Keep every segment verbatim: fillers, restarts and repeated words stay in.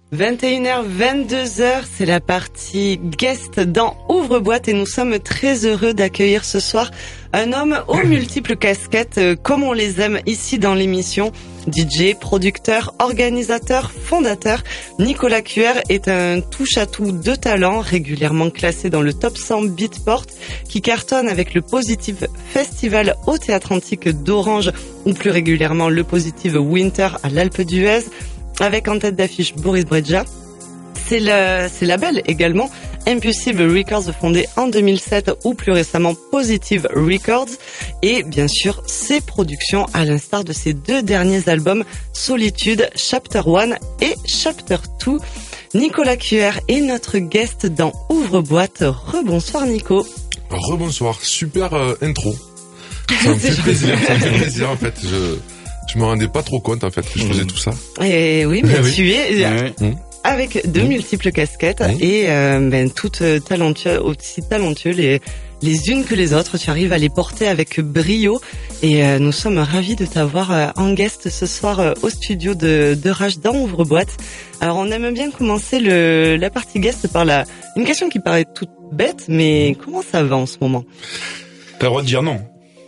vingt et une heures, vingt-deux heures, c'est la partie guest dans Ouvre-boîte et nous sommes très heureux d'accueillir ce soir un homme aux multiples casquettes, euh, comme on les aime ici dans l'émission. D J, producteur, organisateur, fondateur, Nicolas Cuer est un touche-à-tout de talent, régulièrement classé dans le top cent Beatport, qui cartonne avec le Positive Festival au Théâtre Antique d'Orange, ou plus régulièrement le Positive Winter à l'Alpe d'Huez, avec en tête d'affiche Boris Brejcha. C'est le, c'est label également, Impulsive Records, fondé en deux mille sept, ou plus récemment Positive Records, et bien sûr ses productions à l'instar de ses deux derniers albums, Solitude, Chapter un et Chapter deux. Nicolas Cuer est notre guest dans Ouvre-boîte. Rebonsoir Nico. Rebonsoir, super euh, intro. Ça me fait plaisir, ça me fait plaisir en fait. Je, je me rendais pas trop compte en fait que je faisais tout ça. Et oui, mais oui. tu es... Ouais. Mmh. Avec de multiples casquettes oui. et euh, ben, toutes talentueuses, aussi talentueux les, les unes que les autres. Tu arrives à les porter avec brio et euh, nous sommes ravis de t'avoir euh, en guest ce soir euh, au studio de, de Rage dans Ouvre-boîte. Alors on aime bien commencer le, la partie guest par la, une question qui paraît toute bête, mais comment ça va en ce moment? T'as le droit de dire non.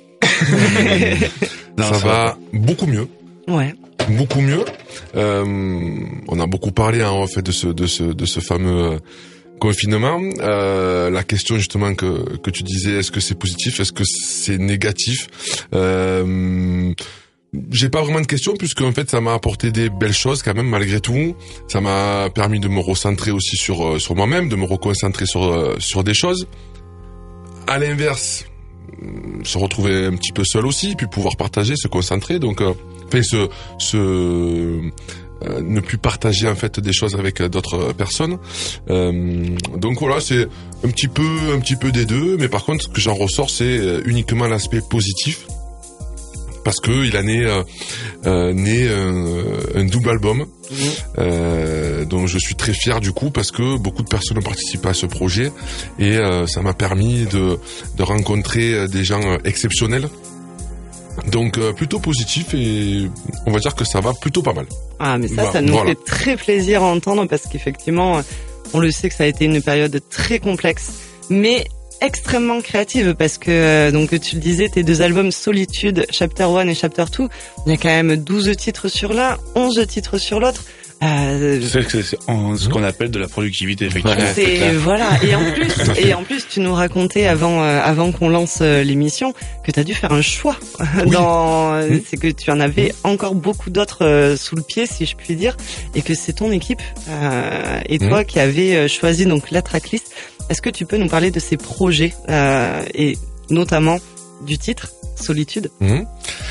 non ça, ça va, va beaucoup mieux. Ouais. Beaucoup mieux. Euh, on a beaucoup parlé hein, en fait de ce de ce de ce fameux euh, confinement. Euh, la question justement que que tu disais, est-ce que c'est positif, est-ce que c'est négatif? euh, J'ai pas vraiment de question puisque en fait ça m'a apporté des belles choses quand même malgré tout. Ça m'a permis de me recentrer aussi sur sur moi-même, de me reconcentrer sur sur des choses. À l'inverse, se retrouver un petit peu seul aussi, puis pouvoir partager, se concentrer. Donc euh, Enfin, se, se euh, ne plus partager en fait des choses avec d'autres personnes. Euh, donc voilà, c'est un petit peu, un petit peu des deux. Mais par contre, ce que j'en ressors, c'est uniquement l'aspect positif, parce que il en est euh, euh, né un, un double album. Mmh. Euh, dont je suis très fier du coup parce que beaucoup de personnes ont participé à ce projet et euh, ça m'a permis de, de rencontrer des gens exceptionnels. Donc euh, plutôt positif et on va dire que ça va plutôt pas mal. Ah mais ça, bah, ça nous voilà. fait très plaisir à entendre parce qu'effectivement, on le sait que ça a été une période très complexe, mais extrêmement créative parce que, euh, donc tu le disais, tes deux albums Solitude, Chapter un et Chapter deux, il y a quand même douze titres sur l'un, onze titres sur l'autre. Euh, c'est que c'est ce qu'on appelle de la productivité, effectivement. C'est, voilà. Et en plus, et en plus, tu nous racontais avant, euh, avant qu'on lance euh, l'émission, que tu as dû faire un choix. Oui. Dans, oui. C'est que tu en avais encore beaucoup d'autres euh, sous le pied, si je puis dire, et que c'est ton équipe euh, et toi oui. qui avez choisi donc la tracklist. Est-ce que tu peux nous parler de ces projets euh, et notamment du titre Solitude? Mmh.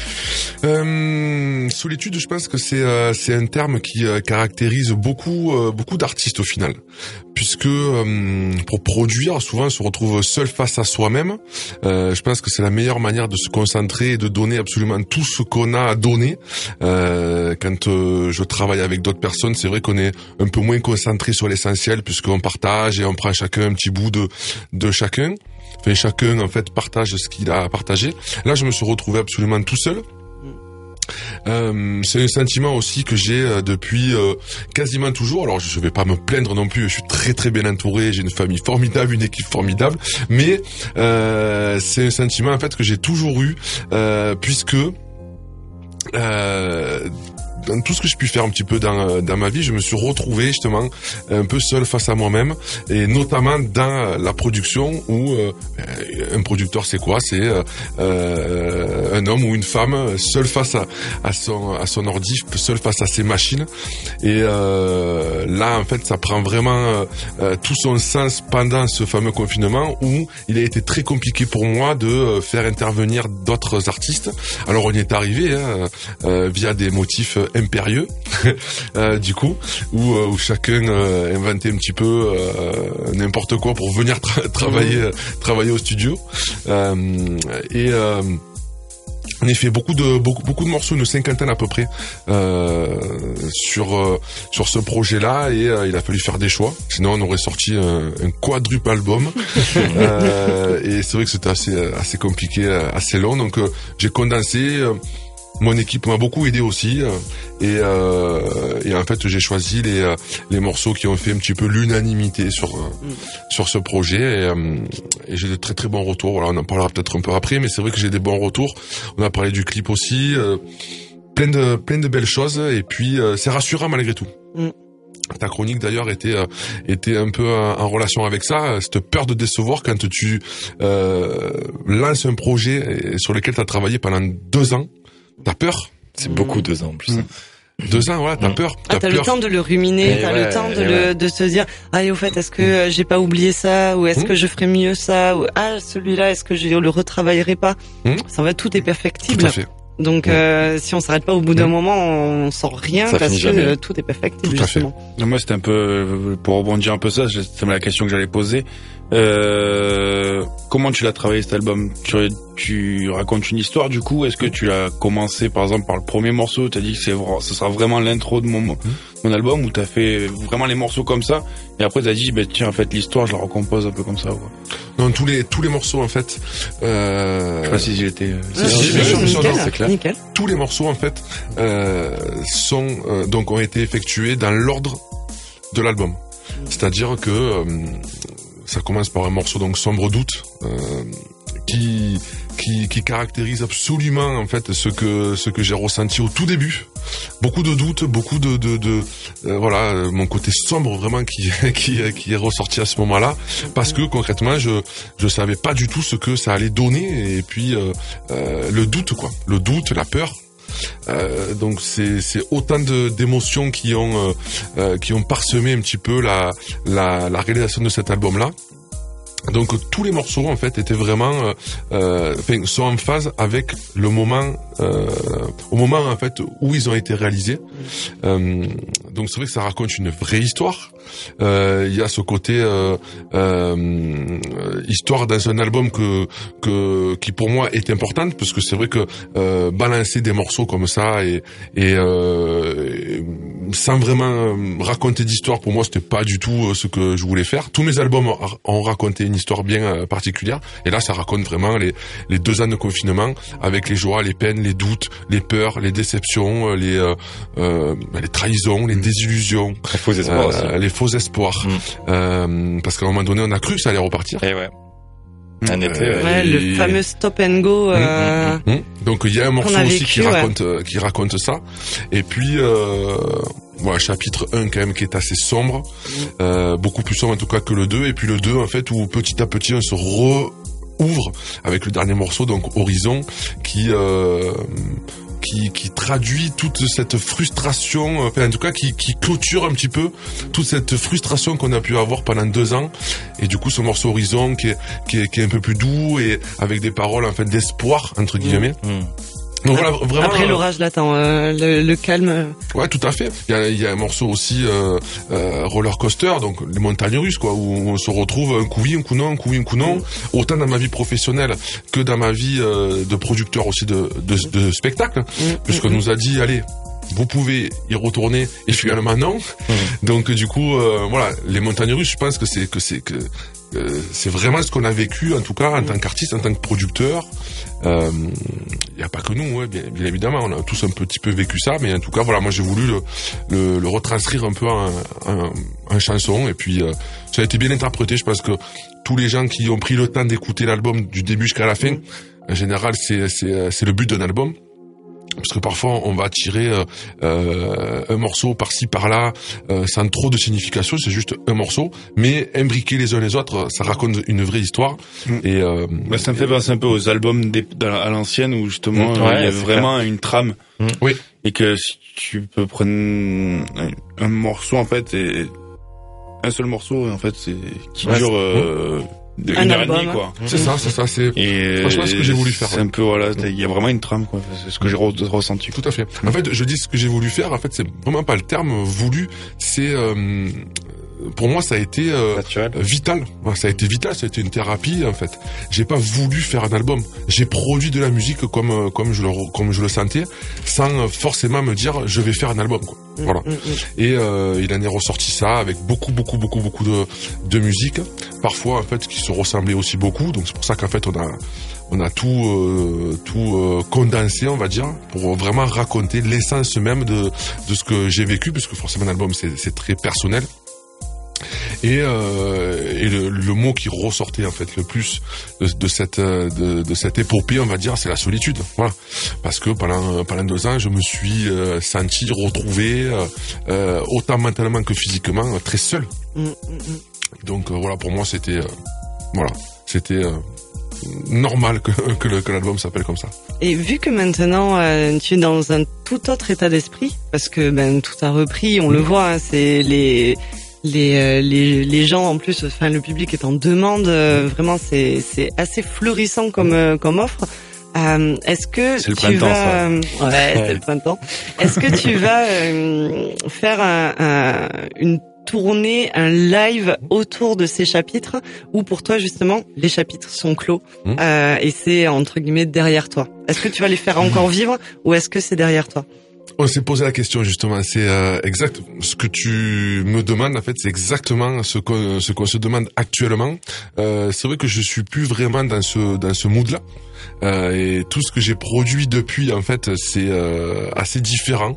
Euh, solitude, je pense que c'est euh, c'est un terme qui euh, caractérise beaucoup euh, beaucoup d'artistes au final, puisque euh, pour produire, souvent on se retrouve seul face à soi-même. Euh, je pense que c'est la meilleure manière de se concentrer et de donner absolument tout ce qu'on a à donner. Euh, quand euh, je travaille avec d'autres personnes, c'est vrai qu'on est un peu moins concentré sur l'essentiel, puisqu'on partage et on prend chacun un petit bout de de chacun. Enfin, chacun en fait partage ce qu'il a à partager. Là, je me suis retrouvé absolument tout seul. Euh, c'est un sentiment aussi que j'ai euh, depuis euh, quasiment toujours. Alors je vais pas me plaindre non plus, je suis très très bien entouré, j'ai une famille formidable, une équipe formidable, mais euh, c'est un sentiment en fait que j'ai toujours eu euh, puisque euh, dans tout ce que j'ai pu faire un petit peu dans dans ma vie, je me suis retrouvé justement un peu seul face à moi-même, et notamment dans la production où euh, un producteur c'est quoi? C'est euh, un homme ou une femme seul face à, à son à son ordi, seul face à ses machines. Et euh, là en fait ça prend vraiment euh, tout son sens pendant ce fameux confinement où il a été très compliqué pour moi de faire intervenir d'autres artistes. Alors on y est arrivé hein, euh, via des motifs impérieux euh, du coup où, où chacun euh, inventait un petit peu euh, n'importe quoi pour venir tra- travailler mmh. travailler au studio euh, et euh, on a fait beaucoup de beaucoup beaucoup de morceaux, une cinquantaine à peu près euh, sur euh, sur ce projet-là, et euh, il a fallu faire des choix. Sinon, on aurait sorti un, un quadruple album. euh, et c'est vrai que c'était assez assez compliqué, assez long. Donc, euh, j'ai condensé. Euh, Mon équipe m'a beaucoup aidé aussi, euh, et, euh, et en fait j'ai choisi les euh, les morceaux qui ont fait un petit peu l'unanimité sur euh, mm. sur ce projet, et, euh, et j'ai de très très bons retours. Voilà, on en parlera peut-être un peu après, mais c'est vrai que j'ai des bons retours. On a parlé du clip aussi, euh, plein de plein de belles choses, et puis euh, c'est rassurant malgré tout. Mm. Ta chronique d'ailleurs était euh, était un peu en, en relation avec ça, cette peur de décevoir quand tu euh, lances un projet sur lequel tu as travaillé pendant deux ans. T'as peur. C'est mmh. beaucoup deux ans en plus. Mmh. Deux ans, voilà, t'as mmh. peur. T'as, ah, t'as peur. le temps de le ruminer, et t'as ouais, le temps de, le, ouais. de se dire, ah, et au fait, est-ce que mmh. j'ai pas oublié ça, ou est-ce mmh. que je ferais mieux ça, ou ah, celui-là, est-ce que je le retravaillerai pas. Mmh. Ça va, tout est perfectible. Tout à fait. Donc mmh. euh, si on s'arrête pas au bout d'un mmh. moment, on sort rien ça parce que euh, tout est perfectible. Tout à fait. Moi, c'était un peu pour rebondir un peu ça, c'est la question que j'allais poser. Euh, comment tu l'as travaillé cet album? Tu, tu racontes une histoire du coup? Est-ce que tu l'as commencé par exemple par le premier morceau? T'as dit que c'est ce sera vraiment l'intro de mon mmh. mon album, ou t'as fait vraiment les morceaux comme ça et après t'as dit bah tiens en fait l'histoire je la recompose un peu comme ça quoi. Non, tous les tous les morceaux en fait. Euh... Je sais pas si j'étais. Euh... Si, si, si, bien sûr, bien sûr, nickel, c'est clair. Nickel. Tous les morceaux en fait euh, sont euh, donc ont été effectués dans l'ordre de l'album. C'est-à-dire que euh, ça commence par un morceau donc Sombre Doute euh, qui qui qui caractérise absolument en fait ce que ce que j'ai ressenti au tout début. Beaucoup de doutes, beaucoup de de, de euh, voilà, mon côté sombre vraiment qui qui qui est ressorti à ce moment-là, parce que concrètement je je savais pas du tout ce que ça allait donner, et puis euh, euh, le doute quoi, le doute, la peur. Euh, donc c'est c'est autant de d'émotions qui ont euh, euh, qui ont parsemé un petit peu la la la réalisation de cet album là. Donc tous les morceaux en fait étaient vraiment euh, euh, enfin, sont en phase avec le moment euh, au moment en fait où ils ont été réalisés. Euh, donc c'est vrai que ça raconte une vraie histoire. Euh, il y a ce côté euh, euh, histoire dans un album que que qui pour moi est importante, parce que c'est vrai que euh, balancer des morceaux comme ça et et, euh, et sans vraiment raconter d'histoire, pour moi c'était pas du tout ce que je voulais faire. Tous mes albums ont raconté une histoire bien particulière, et là ça raconte vraiment les les deux ans de confinement avec les joies, les peines, les doutes, les peurs, les déceptions, les euh, euh, les trahisons, les désillusions, les faux espoirs aussi. Euh, les faux espoirs mmh. euh, parce qu'à un moment donné on a cru que ça allait repartir. Et ouais. Un été, euh, ouais, et... le fameux stop and go. Euh... Mmh, mmh, mmh. Donc il y a un morceau aussi vécu, qui raconte ouais. qui raconte ça. Et puis euh, voilà, chapitre un quand même qui est assez sombre, mmh. euh, beaucoup plus sombre en tout cas que le deux. Et puis le deux en fait où petit à petit on se rouvre avec le dernier morceau, donc Horizon, qui euh, qui, qui traduit toute cette frustration, enfin en tout cas qui, qui clôture un petit peu toute cette frustration qu'on a pu avoir pendant deux ans. Et du coup ce morceau Horizon qui est, qui est, qui est un peu plus doux et avec des paroles en fait d'espoir entre guillemets. Mmh, mmh. Donc voilà, vraiment, après l'orage l'attend, euh, le, le calme. Ouais, tout à fait. Il y a, il y a un morceau aussi euh, euh, roller coaster, donc les montagnes russes, quoi, où on se retrouve un coup oui, un coup non, un coup oui, un coup non. Mmh. Autant dans ma vie professionnelle que dans ma vie euh, de producteur aussi de, de, de spectacle, mmh. puisqu'on mmh. nous a dit allez, vous pouvez y retourner, et finalement non. Mmh. Donc du coup, euh, voilà, les montagnes russes, je pense que c'est que c'est que Euh, c'est vraiment ce qu'on a vécu, en tout cas, en tant qu'artiste, en tant que producteur. Il euh, n'y a pas que nous, ouais, bien, bien évidemment, on a tous un petit peu vécu ça, mais en tout cas, voilà, moi j'ai voulu le, le, le retranscrire un peu en, en, en chanson, et puis euh, ça a été bien interprété. Je pense que tous les gens qui ont pris le temps d'écouter l'album du début jusqu'à la fin, en général, c'est, c'est, c'est le but d'un album. Parce que parfois on va tirer euh, un morceau par-ci par-là euh, sans trop de signification, c'est juste un morceau, mais imbriqués les uns les autres, ça raconte une vraie histoire. Mmh. Et euh, bah, ça me fait penser un peu aux albums des, à l'ancienne où justement mmh. ouais, il y a vraiment clair. Une trame. Mmh. Oui. Et que si tu peux prendre un, un morceau en fait, et un seul morceau en fait, c'est qui ouais, dure. Euh, De un une album, heure et demie, quoi. C'est ça, c'est ça, c'est et franchement ce que j'ai voulu faire. C'est un peu, voilà, il y a vraiment une trame, quoi. C'est ce que j'ai ressenti. Tout à fait. En fait, je dis ce que j'ai voulu faire, en fait, c'est vraiment pas le terme voulu, c'est, euh, pour moi, ça a été euh, vital. Ça a été vital, ça a été une thérapie, en fait. J'ai pas voulu faire un album. J'ai produit de la musique comme comme je le comme je le sentais, sans forcément me dire je vais faire un album, quoi. Mmh, voilà. Mmh, mmh. Et euh, il en est ressorti ça avec beaucoup beaucoup beaucoup beaucoup de de musique, parfois en fait qui se ressemblaient aussi beaucoup. Donc c'est pour ça qu'en fait on a on a tout euh, tout euh, condensé, on va dire, pour vraiment raconter l'essence même de de ce que j'ai vécu, parce que forcément un album c'est c'est très personnel. Et, euh, et le, le mot qui ressortait en fait le plus de, de cette de, de cette épopée, on va dire, c'est la solitude. Voilà, parce que pendant pendant deux ans, je me suis euh, senti retrouvé euh, euh, autant mentalement que physiquement très seul. Mmh, mmh. Donc euh, voilà, pour moi, c'était euh, voilà, c'était euh, normal que que, le, que l'album s'appelle comme ça. Et vu que maintenant euh, tu es dans un tout autre état d'esprit, parce que ben tout a repris, on mmh. le voit, hein, c'est les Les, euh, les les gens en plus, enfin le public est en demande. Euh, vraiment, c'est c'est assez florissant comme euh, comme offre. Euh, est-ce que c'est le tu printemps, vas ça. Euh, ouais, c'est le printemps. Est-ce que tu vas euh, faire un, un, une tournée, un live autour de ces chapitres, ou pour toi justement les chapitres sont clos mmh. euh, et c'est entre guillemets derrière toi? Est-ce que tu vas les faire encore vivre ou est-ce que c'est derrière toi? On s'est posé la question justement, c'est euh, exact ce que tu me demandes en fait, c'est exactement ce qu'on ce qu'on se demande actuellement. Euh, c'est vrai que je suis plus vraiment dans ce dans ce mood là, euh, et tout ce que j'ai produit depuis en fait c'est euh, assez différent,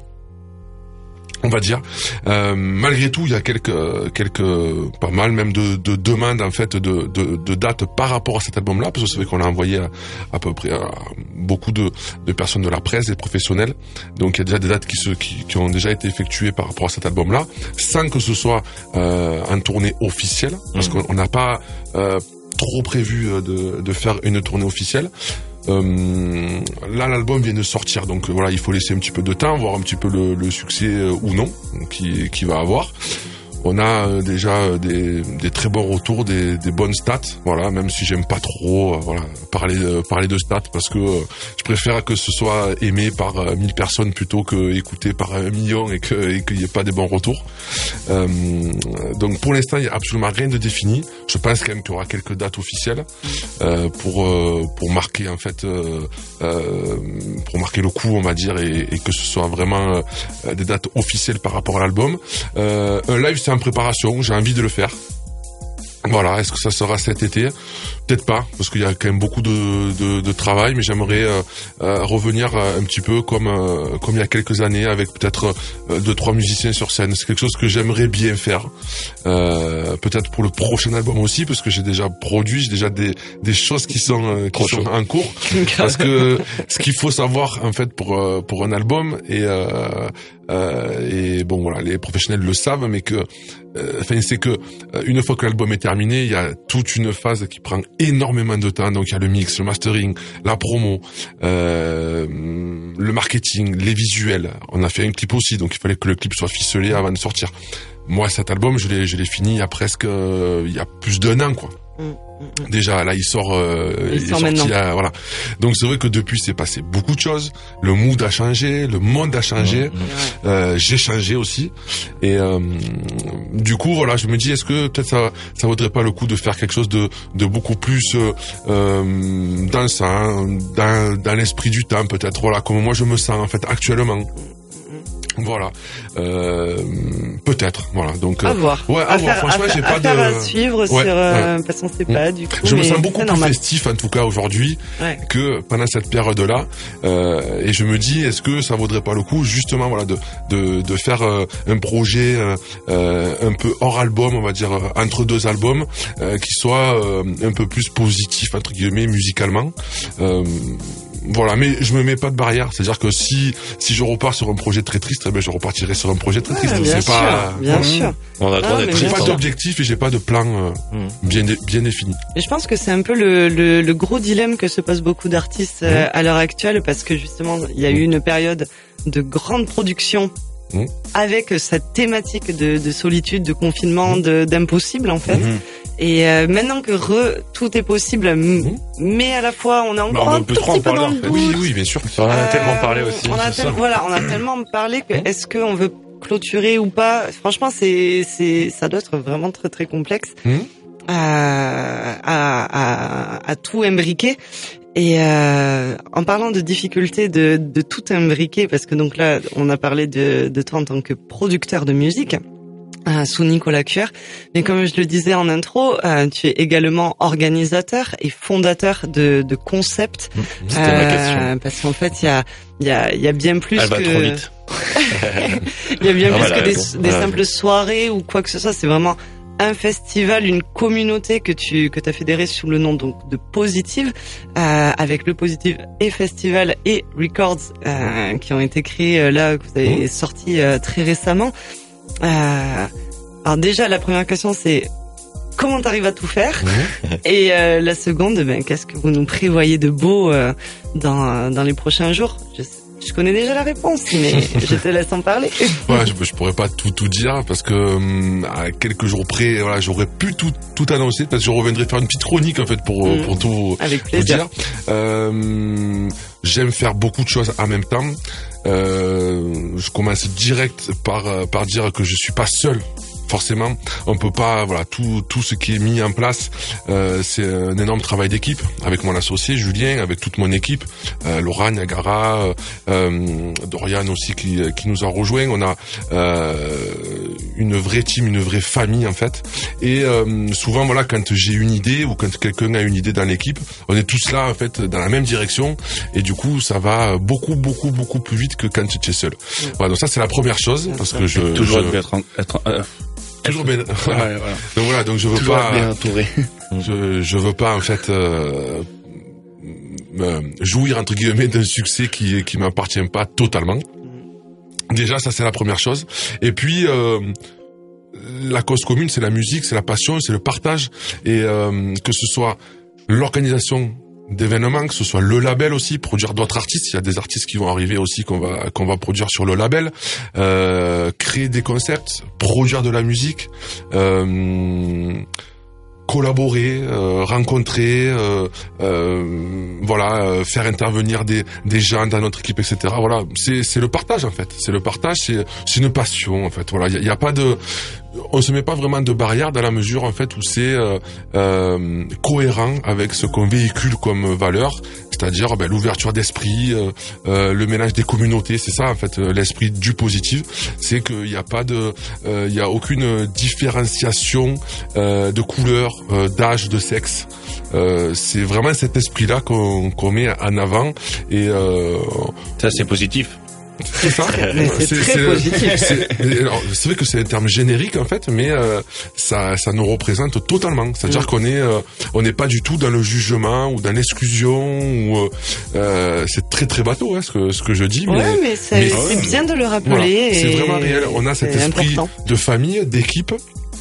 on va dire. Euh, malgré tout, il y a quelques, quelques, pas mal même de, de demandes en fait de, de, de dates par rapport à cet album-là, parce que c'est vrai qu'on l'a envoyé à, à peu près à beaucoup de, de personnes de la presse, des professionnels. Donc il y a déjà des dates qui, se, qui, qui ont déjà été effectuées par rapport à cet album-là, sans que ce soit euh, en tournée officielle, parce mmh. qu'on n'a pas euh, trop prévu de, de faire une tournée officielle. Euh, là l'album vient de sortir, donc euh, voilà, il faut laisser un petit peu de temps, voir un petit peu le, le succès euh, ou non qui, qui va avoir. On a euh, déjà euh, des, des très bons retours, des, des bonnes stats, voilà, même si j'aime pas trop euh, voilà parler euh, parler de stats, parce que euh, je préfère que ce soit aimé par euh, mille personnes plutôt que écouté par un million et que et qu'il y ait pas des bons retours. Euh, donc pour l'instant il y a absolument rien de défini. Je pense quand même qu'il y aura quelques dates officielles euh, pour euh, pour marquer en fait euh, euh, pour marquer le coup, on va dire, et, et que ce soit vraiment euh, des dates officielles par rapport à l'album. Euh, un live c'est en préparation, j'ai envie de le faire. Voilà, est-ce que ça sera cet été? Peut-être pas, parce qu'il y a quand même beaucoup de, de, de travail, mais j'aimerais euh, euh, revenir un petit peu comme euh, comme il y a quelques années, avec peut-être euh, deux trois musiciens sur scène. C'est quelque chose que j'aimerais bien faire. Euh, peut-être pour le prochain album aussi, parce que j'ai déjà produit, j'ai déjà des des choses qui sont euh, qui sont en cours. Parce que ce qu'il faut savoir en fait pour euh, pour un album, et euh, euh, et bon voilà, les professionnels le savent, mais que euh, enfin c'est que euh, une fois que l'album est terminé, il y a toute une phase qui prend énormément de temps. Donc il y a le mix, le mastering, la promo, euh, le marketing, les visuels. On a fait un clip aussi, donc il fallait que le clip soit ficelé avant de sortir. Moi, cet album, je l'ai, je l'ai fini il y a presque, euh, il y a plus d'un an, quoi. Mmh, mmh. Déjà, là, il sort, euh, il, il sort est sorti, là, voilà. Donc c'est vrai que depuis, c'est passé beaucoup de choses. Le mood a changé, le monde a changé, mmh, mmh. Euh, j'ai changé aussi. Et euh, du coup, voilà, je me dis, est-ce que peut-être ça, ça vaudrait pas le coup de faire quelque chose de, de beaucoup plus euh, dansant, dans, dans l'esprit du temps, peut-être. Voilà, comme moi je me sens en fait actuellement. Voilà, euh, peut-être, voilà. Donc, à euh, voir. Ouais, à, à voir. Faire, Franchement, à j'ai pas de. À suivre ouais, sur, euh, ouais. parce qu'on sait pas du coup. Je me sens beaucoup plus festif en tout cas aujourd'hui ouais. que pendant cette période-là, euh, et je me dis, est-ce que ça vaudrait pas le coup, justement, voilà, de de de faire euh, un projet euh, un peu hors album, on va dire euh, entre deux albums, euh, qui soit euh, un peu plus positif entre guillemets musicalement. Euh, Voilà, mais je me mets pas de barrière, c'est-à-dire que si si je repars sur un projet très triste, eh ben je repartirai sur un projet très triste. Ouais, bien c'est sûr, pas bien mmh. sûr. On a ah, d'être j'ai pas d'objectif et j'ai pas de plan euh, mmh. bien dé, bien défini. Et je pense que c'est un peu le, le le gros dilemme que se posent beaucoup d'artistes mmh. euh, à l'heure actuelle, parce que justement il y a mmh. eu une période de grande production. Mmh. Avec cette thématique de, de solitude, de confinement, mmh. de, d'impossible en fait. Mmh. Et euh, maintenant que re, tout est possible, mmh. mais à la fois on est encore bah, on un tout petit peu dans le doute. Oui, oui, bien sûr. On en a euh, tellement parlé aussi. On a tel, voilà, on a tellement parlé que mmh. est-ce qu'on veut clôturer ou pas? Franchement, c'est, c'est, ça doit être vraiment très très complexe mmh. à, à, à, à tout imbriquer. Et euh, en parlant de difficulté de, de tout imbriquer, parce que donc là on a parlé de, de toi en tant que producteur de musique, Euh, sous Nicolas Cuer. Mais comme je le disais en intro, euh, tu es également organisateur et fondateur de, de concepts. C'était euh, ma question. Parce qu'en fait, il y a, il y a, il y a bien plus Elle que... va trop vite. Il y a bien ah, plus voilà, que des, bon. des voilà. simples soirées ou quoi que ce soit. C'est vraiment un festival, une communauté que tu que t'as fédéré sous le nom donc de Positive, euh, avec le Positive et Festival et Records euh, qui ont été créés euh, là, que vous avez mmh. sorti euh, très récemment. Euh, alors déjà, la première question, c'est comment t'arrives à tout faire? Mmh. Et euh, la seconde, ben, qu'est-ce que vous nous prévoyez de beau euh, dans, dans les prochains jours? Je, je connais déjà la réponse, mais je te laisse en parler. Ouais, je, je pourrais pas tout tout dire parce que hum, à quelques jours près, voilà, j'aurais pu tout tout annoncer parce que je reviendrai faire une petite chronique en fait pour mmh. pour tout Avec tout plaisir. dire. Euh, j'aime faire beaucoup de choses en même temps. Euh, je commence direct par par dire que je suis pas seul. Forcément, on peut pas, voilà, tout tout ce qui est mis en place, euh, c'est un énorme travail d'équipe avec mon associé Julien, avec toute mon équipe, euh, Laura, Niagara, euh, Dorian aussi qui qui nous a rejoint. On a euh, une vraie team, une vraie famille en fait. Et euh, souvent, voilà, quand j'ai une idée ou quand quelqu'un a une idée dans l'équipe, on est tous là en fait dans la même direction et du coup, ça va beaucoup beaucoup beaucoup plus vite que quand tu es seul. Voilà, donc ça c'est la première chose parce que je toujours je, être, être euh... Toujours bien. Voilà. Ouais, voilà. Donc voilà, donc je veux toujours pas. bien entouré. Je je veux pas en fait euh, me jouir entre guillemets d'un succès qui qui m'appartient pas totalement. Déjà, ça c'est la première chose. Et puis euh, la cause commune, c'est la musique, c'est la passion, c'est le partage et euh, que ce soit l'organisation d'événements, que ce soit le label aussi, produire d'autres artistes. Il y a des artistes qui vont arriver aussi qu'on va qu'on va produire sur le label, euh, créer des concepts, produire de la musique, euh, collaborer, euh, rencontrer, euh, euh, voilà, euh, faire intervenir des des gens dans notre équipe, et cetera. Voilà, c'est c'est le partage en fait. C'est le partage, c'est c'est une passion en fait. Voilà, il y a, y a pas de on se met pas vraiment de barrière dans la mesure en fait où c'est euh, euh, cohérent avec ce qu'on véhicule comme valeur, c'est-à-dire ben, l'ouverture d'esprit, euh, euh, le mélange des communautés, c'est ça en fait l'esprit du positif, c'est qu'il n'y a pas de, euh, il y a aucune différenciation euh, de couleur, euh, d'âge, de sexe. Euh, c'est vraiment cet esprit-là qu'on qu'on met en avant et euh, ça c'est positif. C'est ça. C'est, c'est très positif. C'est, alors, c'est vrai que c'est un terme générique en fait, mais euh, ça, ça nous représente totalement. C'est-à-dire mmh. qu'on est, euh, on n'est pas du tout dans le jugement ou dans l'exclusion. Ou euh, c'est très très bateau hein, ce que ce que je dis. Ouais, mais, mais c'est, mais c'est ouais, bien de le rappeler. Voilà, et c'est vraiment réel. On a cet esprit important. de famille, d'équipe.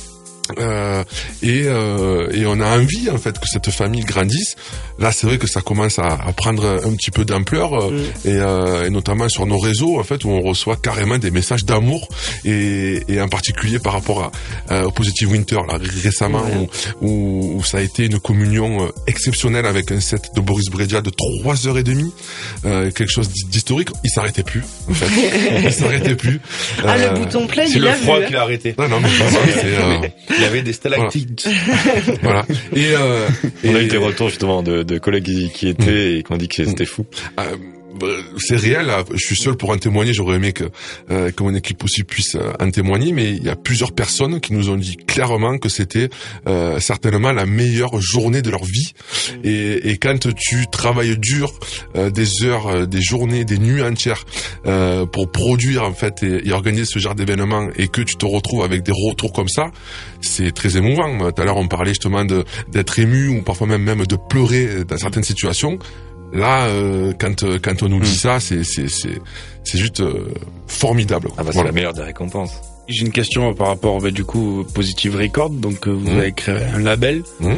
Euh, et, euh, et on a envie en fait que cette famille grandisse. Là, c'est vrai que ça commence à, à prendre un petit peu d'ampleur euh, mmh. et, euh, et notamment sur nos réseaux en fait où on reçoit carrément des messages d'amour et, et en particulier par rapport à, à au Positive Winter là récemment mmh. où, où, où ça a été une communion exceptionnelle avec un set de Boris Brejcha de trois heures et demie, euh, quelque chose d'historique. Il s'arrêtait plus en fait. Il s'arrêtait plus. Ah euh, le bouton play, c'est il le a froid vu, qui l'a arrêté. Non non mais c'est euh, il y avait des stalactites. Voilà. Et, euh, on et, a eu des retours justement de, de collègues qui, qui étaient mmh. et qui ont dit que c'était fou. Euh, c'est réel, là. Je suis seul pour en témoigner, j'aurais aimé que, euh, que mon équipe aussi puisse euh, en témoigner, mais il y a plusieurs personnes qui nous ont dit clairement que c'était euh, certainement la meilleure journée de leur vie. Et, et quand tu travailles dur, euh, des heures, euh, des journées, des nuits entières euh, pour produire en fait et, et organiser ce genre d'événement et que tu te retrouves avec des retours comme ça, c'est très émouvant. Tout à l'heure on parlait justement de d'être ému ou parfois même même de pleurer dans certaines situations. Là, euh, quand quand on nous dit mmh. ça, c'est c'est c'est c'est juste euh, formidable. Ah bah c'est voilà. la meilleure des récompenses. J'ai une question par rapport bah, du coup Positive Record. Donc vous mmh. avez créé un label. Mmh.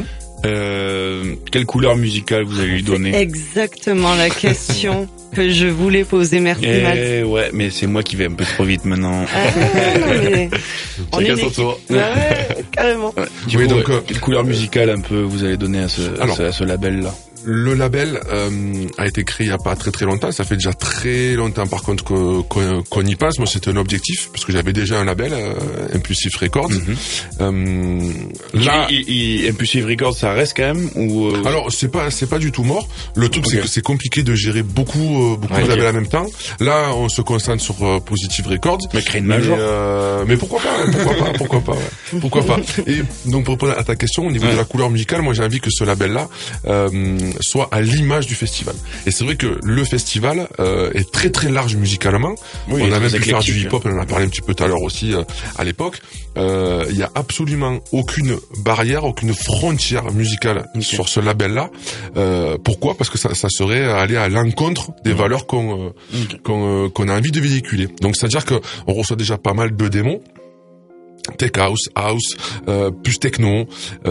Euh, quelle couleur musicale vous allez lui donner? C'est exactement la question que je voulais poser. Merci eh, Max. Ouais, mais c'est moi qui vais un peu trop vite maintenant. Ah, non, mais on Chacun son tour. Ouais, ouais, carrément. Ouais. Du oui, coup, donc, ouais, quelle couleur musicale un peu vous allez donner à ce, alors, à ce, à ce label-là? le label euh, a été créé il y a pas très très longtemps. Ça fait déjà très longtemps par contre que, qu'on, qu'on y passe. Moi, c'était un objectif parce que j'avais déjà un label, euh, Impulsive Records. Mm-hmm. Euh, là, il, il, Impulsive Records, ça reste quand même ou euh... Alors, c'est pas c'est pas du tout mort. Le truc, okay. c'est que c'est compliqué de gérer beaucoup euh, beaucoup ouais, de labels okay. en même temps. Là, on se concentre sur euh, Positive Records. Mais créer une major. Mais, euh, mais pourquoi pas Pourquoi pas Pourquoi pas ouais. Pourquoi pas Et donc, pour répondre à ta question, au niveau ouais. de la couleur musicale, moi, j'ai envie que ce label-là euh, soit à l'image du festival. Et c'est vrai que le festival euh, est très très large musicalement. Oui, on a même pu faire du hip-hop, on en a parlé un petit peu tout à l'heure aussi euh, à l'époque. Il euh, y a absolument aucune barrière, aucune frontière musicale okay. sur ce label-là. Euh, pourquoi ? Parce que ça, ça serait aller à l'encontre des mmh. valeurs qu'on, euh, okay. qu'on, euh, qu'on a envie de véhiculer. Donc c'est-à-dire que on reçoit déjà pas mal de démos. Tech house, house, euh, plus techno,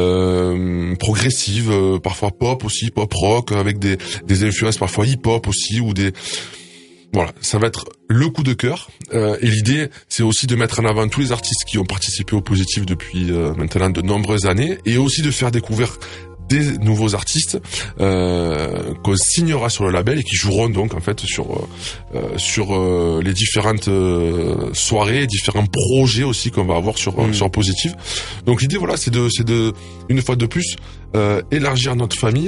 euh, progressive, euh, parfois pop aussi, pop rock, avec des, des influences parfois hip-hop aussi, ou des... Voilà, ça va être le coup de cœur. Euh, et l'idée, c'est aussi de mettre en avant tous les artistes qui ont participé au Positif depuis euh, maintenant de nombreuses années, et aussi de faire découvrir des nouveaux artistes euh, qu'on signera sur le label et qui joueront donc en fait sur euh, sur euh, les différentes euh, soirées, différents projets aussi qu'on va avoir sur mmh. sur Positive. Donc l'idée voilà, c'est de c'est de une fois de plus euh, élargir notre famille.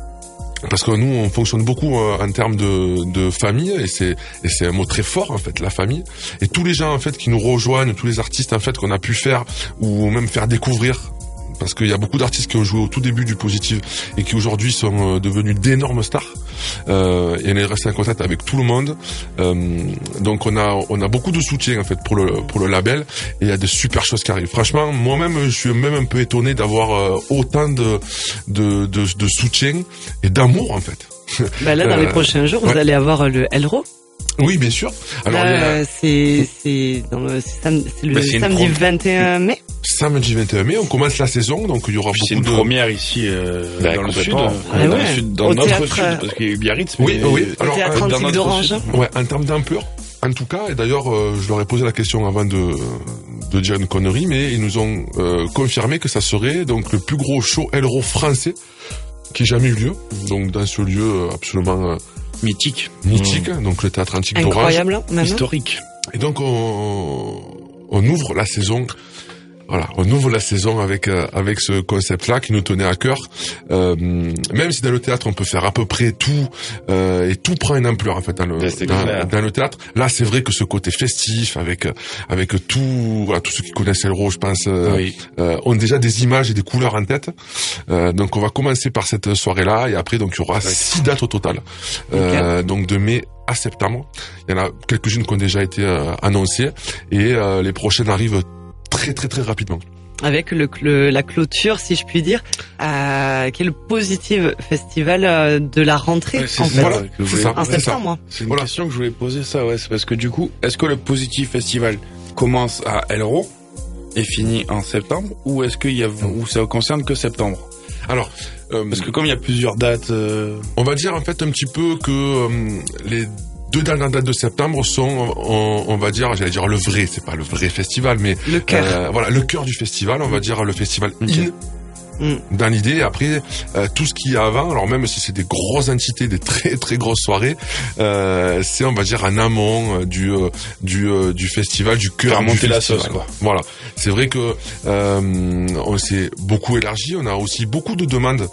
Parce que nous, on fonctionne beaucoup euh, en termes de, de famille, et c'est et c'est un mot très fort en fait, la famille. Et tous les gens en fait qui nous rejoignent, tous les artistes en fait qu'on a pu faire ou même faire découvrir. Parce qu'il y a beaucoup d'artistes qui ont joué au tout début du Positive et qui aujourd'hui sont euh, devenus d'énormes stars. Euh, et on est resté en contact avec tout le monde. Euh, donc on a on a beaucoup de soutien en fait pour le pour le label, et il y a de super choses qui arrivent. Franchement, moi-même je suis même un peu étonné d'avoir euh, autant de, de de de soutien et d'amour en fait. Bah là dans euh, les prochains jours, ouais. vous allez avoir le Elro. Oui, bien sûr. Alors, là, la... c'est, c'est, dans le, c'est, sam... c'est le bah, c'est samedi vingt et un mai. Samedi vingt et un mai, on commence la saison, donc il y aura puis beaucoup c'est une de... première ici, euh, bah, dans le sud. Ah dans ouais. le sud, dans Au notre théâtre... sud, parce qu'il y a eu Biarritz. Oui, mais... oui. Alors, au théâtre euh, Antique d'Orange. Ouais, en termes d'ampleur, en tout cas, et d'ailleurs, euh, je leur ai posé la question avant de, de dire une connerie, mais ils nous ont euh, confirmé que ça serait donc le plus gros show Elro français qui ait jamais eu lieu. Donc, dans ce lieu absolument... Euh, mythique, mythique, mmh. donc le théâtre antique d'Orange, incroyable, hein, historique. Et donc on, on ouvre la saison. Voilà, on ouvre la saison avec euh, avec ce concept-là qui nous tenait à cœur. Euh, même si dans le théâtre on peut faire à peu près tout euh, et tout prend une ampleur en fait dans le dans, dans le théâtre. Là, c'est vrai que ce côté festif avec avec tout voilà, tous ceux qui connaissent Elro, je pense, euh, oui. euh, ont déjà des images et des couleurs en tête. Euh, donc on va commencer par cette soirée-là et après donc il y aura oui. six dates au total. Euh, okay. Donc de mai à septembre. Il y en a quelques-unes qui ont déjà été euh, annoncées et euh, les prochaines arrivent très très très rapidement. Avec le, le la clôture, si je puis dire, euh, qui est le Positive Festival euh, de la rentrée ouais, en fait. Voilà, c'est ça, en septembre. C'est une voilà. question que je voulais poser ça, ouais, c'est parce que du coup, est-ce que le Positive Festival commence à Elro et finit en septembre, ou est-ce qu'il y a ou ça concerne que septembre? Alors, euh, parce que comme il y a plusieurs dates, euh... on va dire en fait un petit peu que euh, les deux dernières dates de septembre sont, on, on va dire, j'allais dire le vrai, c'est pas le vrai festival, mais le cœur. Euh, voilà, le cœur du festival, on va dire le festival okay. in. Mmh. Dans l'idée, après euh, tout ce qu'il y a avant, alors même si c'est des grosses entités, des très très grosses soirées, euh, c'est on va dire en amont euh, du euh, du euh, du festival, du cœur du monter festival. La sauce, quoi. Voilà, c'est vrai que euh, on s'est beaucoup élargi, on a aussi beaucoup de demandes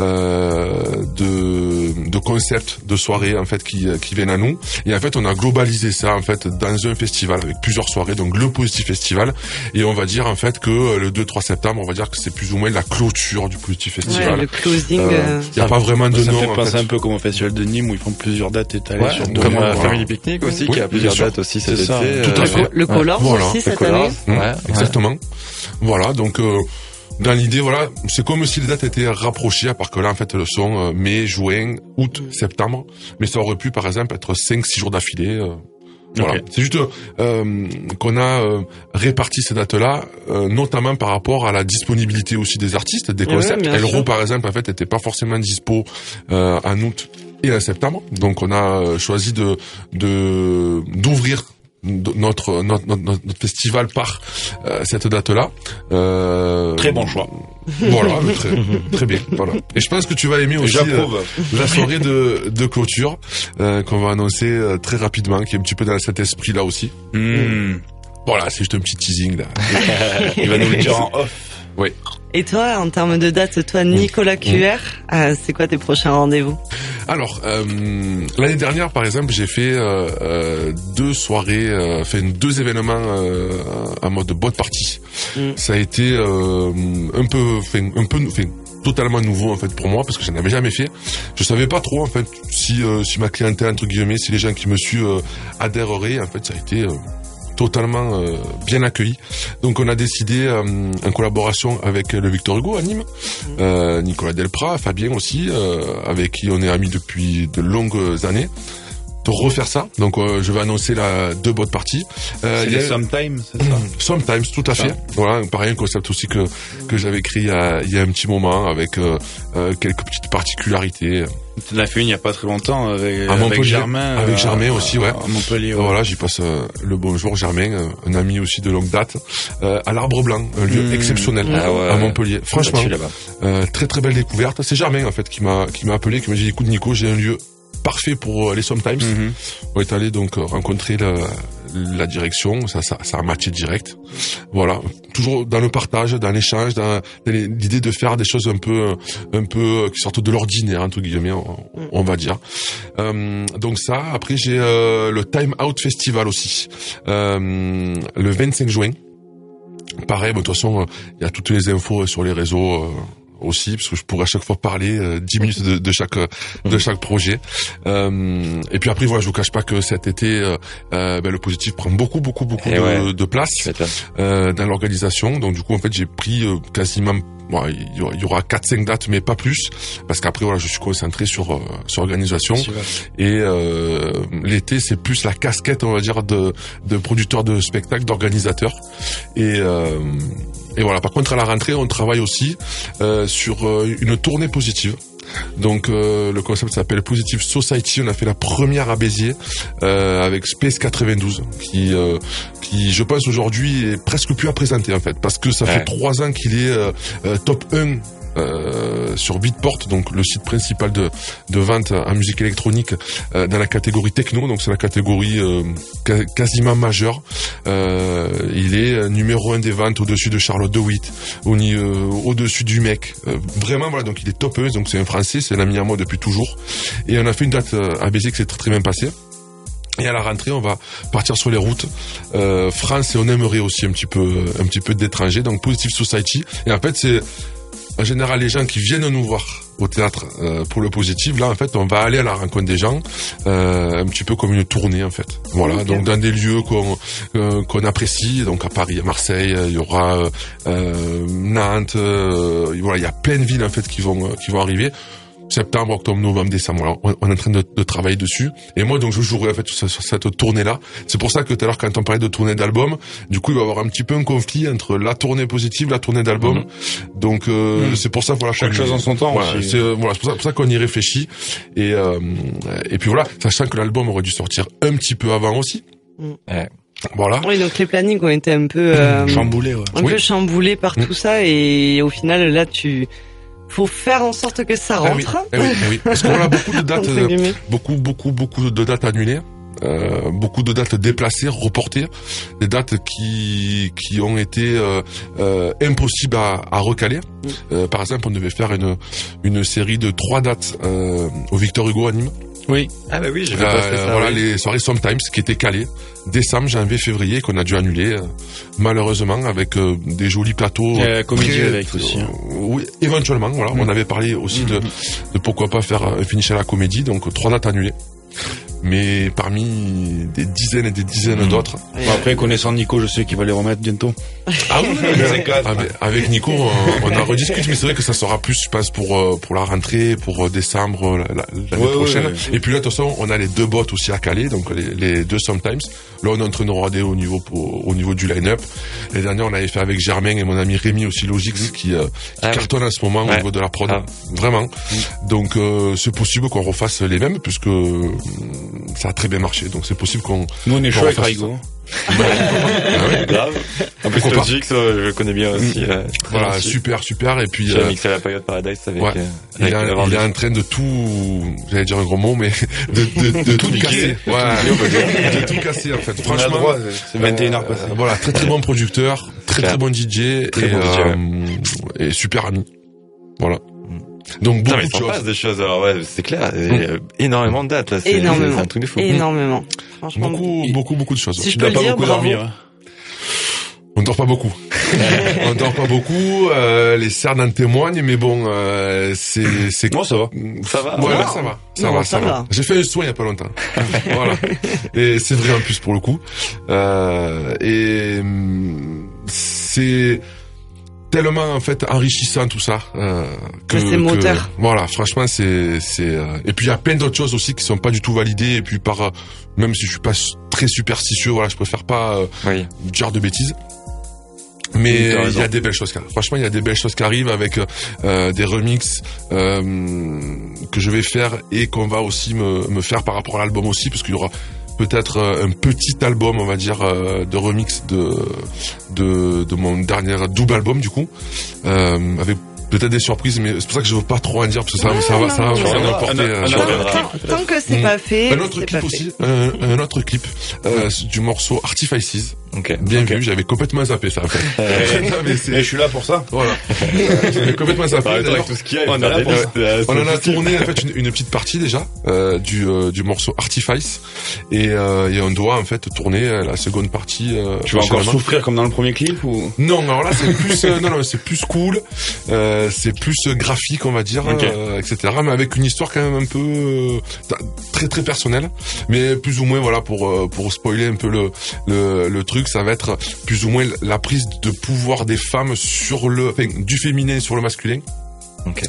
euh, de de concepts de soirées en fait qui qui viennent à nous, et en fait on a globalisé ça en fait dans un festival avec plusieurs soirées, donc le Positive Festival, et on va dire en fait que le deux trois septembre, on va dire que c'est plus ou moins la clôture du Positive Festival. Ouais, le closing. Il euh, n'y a pas vraiment de ça nom. Ça fait penser en fait. un peu comme au Festival de Nîmes où ils font plusieurs dates étalées ouais, sur deux comme mois. Comme Family Picnic aussi, oui, qui a plusieurs dates aussi cet été. Tout à euh, fait. Le Colors voilà. aussi cette Colors, année. Mmh, ouais, exactement. Ouais. Voilà, donc euh, dans l'idée, voilà, c'est comme si les dates étaient rapprochées, à part que là, en fait, elles sont euh, mai, juin, août, septembre. Mais ça aurait pu, par exemple, être cinq six jours d'affilée. Euh, Voilà, okay. C'est juste euh, qu'on a euh, réparti ces dates-là, euh, notamment par rapport à la disponibilité aussi des artistes, des concepts. Ouais, Elro, par exemple, en fait, était pas forcément dispo euh, en août et en septembre, donc on a choisi de de d'ouvrir notre notre notre, notre festival par euh, cette date-là. Euh, Très bon choix. Voilà, mais très, très bien. Voilà. Et je pense que tu vas aimer aussi euh, la soirée de, de clôture euh, qu'on va annoncer euh, très rapidement, qui est un petit peu dans cet esprit-là aussi. Mmh. Voilà, c'est juste un petit teasing là. Il va nous le dire en off. Oui. Et toi, en termes de date, toi, Nicolas Q R, euh, c'est quoi tes prochains rendez-vous? Alors, euh, l'année dernière, par exemple, j'ai fait euh, euh, deux soirées, euh, fait deux événements euh, en mode boîte party. Mm. Ça a été euh, un peu, fait, un peu, fait, totalement nouveau en fait pour moi parce que je n'avais jamais fait. Je savais pas trop en fait si euh, si ma clientèle entre guillemets, si les gens qui me suivent euh, adhéreraient. En fait, ça a été euh, totalement euh, bien accueilli. Donc on a décidé euh, en collaboration avec le Victor Hugo à Nîmes, euh, Nicolas Delprat, Fabien aussi, euh, avec qui on est amis depuis de longues années, de refaire ça. Donc euh, je vais annoncer la deux boîtes parties. Euh, c'est les Sometimes, c'est ça? Sometimes, tout à fait. Ah. Voilà, pareil, un concept aussi que que j'avais créé il y a, il y a un petit moment avec euh, euh, quelques petites particularités. Tu l'as fait une il y a pas très longtemps avec, avec Germain. Avec euh, Germain aussi, ouais. À Montpellier. Ouais. Voilà, j'y passe euh, le bonjour Germain, euh, un ami aussi de longue date, euh, à l'Arbre Blanc, un lieu mmh. exceptionnel ah ouais, à Montpellier. Franchement, là-bas. Euh, très très belle découverte. C'est Germain en fait qui m'a qui m'a appelé, qui m'a dit écoute Nico, j'ai un lieu parfait pour euh, les Sometimes. Mmh. On est allé donc euh, rencontrer la, la direction, ça, ça ça a matché direct. Voilà, toujours dans le partage, dans l'échange, dans, dans l'idée de faire des choses un peu un peu qui sortent de l'ordinaire entre guillemets, on, on va dire. Euh, donc ça, après j'ai euh, le Time Out Festival aussi, euh, le vingt-cinq juin. Pareil, bon, de toute façon, il y a toutes les infos sur les réseaux. Euh, aussi parce que je pourrais à chaque fois parler euh, dix minutes de, de chaque de chaque projet euh, et puis après voilà, je vous cache pas que cet été euh, euh, ben, le positif prend beaucoup beaucoup beaucoup de, ouais, de place euh, dans l'organisation. Donc du coup en fait j'ai pris euh, quasiment bon, il y aura, il y aura quatre cinq dates mais pas plus parce qu'après voilà je suis concentré sur euh, sur l'organisation et euh, l'été c'est plus la casquette on va dire de de producteur de spectacle, d'organisateur et euh, Et voilà. Par contre, à la rentrée, on travaille aussi euh, sur euh, une tournée positive. Donc, euh, le concept s'appelle Positive Society. On a fait la première à Béziers euh, avec Space quatre-vingt-douze, qui, euh, qui, je pense aujourd'hui, est presque plus à présenter en fait, parce que ça ouais. fait trois ans qu'il est euh, euh, top un. Euh, sur Beatport, donc le site principal de, de vente en musique électronique euh, dans la catégorie techno, donc c'est la catégorie euh, ca- quasiment majeure. Euh, il est numéro un des ventes au-dessus de Charlotte de Witt, au, euh, au-dessus du mec. Euh, vraiment voilà, donc il est top un, donc c'est un Français, c'est un ami à moi depuis toujours. Et on a fait une date à Béziers qui s'est très, très bien passée. Et à la rentrée, on va partir sur les routes euh, France et on aimerait aussi un petit peu, un petit peu d'étrangers. Donc Positive Society. Et en fait, c'est en général les gens qui viennent nous voir au théâtre euh, pour le positif. Là, en fait, on va aller à la rencontre des gens, euh, un petit peu comme une tournée, en fait. Voilà, okay. Donc dans des lieux qu'on euh, qu'on apprécie. Donc à Paris, à Marseille, il y aura euh, Nantes. Euh, voilà, il y a plein de villes en fait qui vont qui vont arriver. Septembre, octobre, novembre, décembre. Alors, on, on est en train de, de travailler dessus. Et moi, donc, je jouerai en fait sur, sur cette tournée-là. C'est pour ça que tout à l'heure, quand on parlait de tournée d'album, du coup, il va y avoir un petit peu un conflit entre la tournée positive, la tournée d'album. Mm-hmm. Donc, euh, mm-hmm. c'est pour ça, voilà, chaque chose en son temps. Voilà, aussi. c'est, voilà, c'est pour ça, pour ça qu'on y réfléchit. Et euh, et puis voilà, sachant que l'album aurait dû sortir un petit peu avant aussi. Mm. Ouais. Voilà. Oui, donc les plannings ont été un peu euh, chamboulés, ouais. un oui. peu chamboulés par mm. tout ça, et au final, là, tu faut faire en sorte que ça rentre. Ah oui, eh oui, eh oui. Parce qu'on a beaucoup de dates, euh, beaucoup, beaucoup, beaucoup de dates annulées, euh, beaucoup de dates déplacées, reportées, des dates qui qui ont été euh, euh, impossibles à, à recaler. Mm. Euh, par exemple, on devait faire une une série de trois dates euh, au Victor Hugo à Nîmes. Oui. Ah bah oui, j'ai fait euh, passer ça. Voilà oui. les soirées Sometimes qui étaient calées décembre, janvier, février, qu'on a dû annuler euh, malheureusement avec euh, des jolis plateaux. Euh, comédie avec aussi. Euh, oui, éventuellement. Voilà, mmh. on avait parlé aussi mmh. de, de pourquoi pas faire un finish à la comédie, donc trois dates annulées. Mais parmi des dizaines et des dizaines mmh. d'autres. Bon, après, connaissant Nico, je sais qu'il va les remettre bientôt. Ah oui, avec, avec Nico, on, on en rediscute, mais c'est vrai que ça sera plus, je pense, pour pour la rentrée, pour décembre l'année ouais, prochaine. Ouais, ouais. Et puis là, de toute façon, on a les deux bots aussi à caler, donc les, les deux Sometimes. Là, on est en train de regarder au niveau pour, au niveau du line-up. Les derniers, on avait fait avec Germain et mon ami Rémi aussi Logix, mmh. qui, euh, qui ah, cartonne en ce moment ouais. au niveau de la prod. Ah. Vraiment. Mmh. Donc, euh, c'est possible qu'on refasse les mêmes, puisque ça a très bien marché. Donc c'est possible qu'on. Nous on est chaud avec fasse Raigo. Ah ouais. Grave. En plus, Pourquoi pas. Logic, je le connais bien aussi. Euh, Voilà, bien super, super. Et puis, J'ai euh, mixé la période Paradise avec, ouais. euh, il, avec est, la il est en train de tout, j'allais dire un gros mot, mais de, de, de tout niquer. casser. Ouais, de tout casser en fait. On a le Franchement, droit, c'est vingt et une heures euh, passées. voilà, très très bon producteur, très Clair. très bon D J Très et, bon D J, euh, et super ami. Voilà. Donc Putain, beaucoup mais de il s'en choses. passe des choses. Alors ouais, c'est clair. Et, euh, énormément de dates là. C'est, Énormément. c'est un truc de fou. Énormément. Franchement. Beaucoup, beaucoup, beaucoup de choses. Si je Tu peux dois le pas dire, beaucoup bravo. dormir. hein. On dort pas beaucoup. On dort pas beaucoup. Euh, les cernes en témoignent, mais bon, euh, c'est c'est. Non, ça va. Ça va. Ouais, Non. ouais, ça va, ça Non, va, ça ça va. va. J'ai fait un soin il y a pas longtemps. Voilà. Et c'est vrai en plus pour le coup. Euh, et hum, c'est tellement en fait enrichissant tout ça euh, que Que c'est moteur. que- voilà, franchement c'est c'est euh, et puis il y a plein d'autres choses aussi qui sont pas du tout validées et puis par euh, même si je suis pas très superstitieux, voilà, je préfère pas euh, Oui. dire de bêtises. Oui, Mais t'as il y raison. a des belles choses qui arrivent. Franchement, il y a des belles choses qui arrivent avec euh, des remixes euh, que je vais faire et qu'on va aussi me, me faire par rapport à l'album aussi, parce qu'il y aura peut-être euh, un petit album, on va dire, euh, de remix de, de de mon dernier double album du coup, euh, avec peut-être des surprises, mais c'est pour ça que je veux pas trop en dire parce que ça, Non, ça va, non, ça va, non, ça va non. m'apporter. Un- euh, un- sur- un- reviendra. Tant, tant que c'est Mm. pas fait, un autre c'est clip pas aussi, fait. un, un autre clip euh, du morceau Artifices. Ok. Bien Ok. vu, j'avais complètement zappé ça en fait. Euh, Non, mais c'est- Et je suis là pour ça. voilà. J'avais complètement zappé. Par exemple, D'ailleurs, avec tout ce qu'il y a, on il a va la faire des pause. notes, euh, on en a c'est tourné en fait une, une petite partie déjà euh, du euh, du morceau Artifice et, euh, et on doit en fait tourner euh, la seconde partie. Euh, Tu vas encore prochainement. souffrir comme dans le premier clip ou? Non, alors là c'est plus euh, non non c'est plus cool, euh, c'est plus euh, graphique on va dire, Ok. euh, et cetera. Mais avec une histoire quand même un peu euh, très très personnelle, mais plus ou moins voilà pour euh, pour spoiler un peu le le le truc, ça va être plus ou moins la prise de pouvoir des femmes sur le enfin, du féminin sur le masculin. Ok.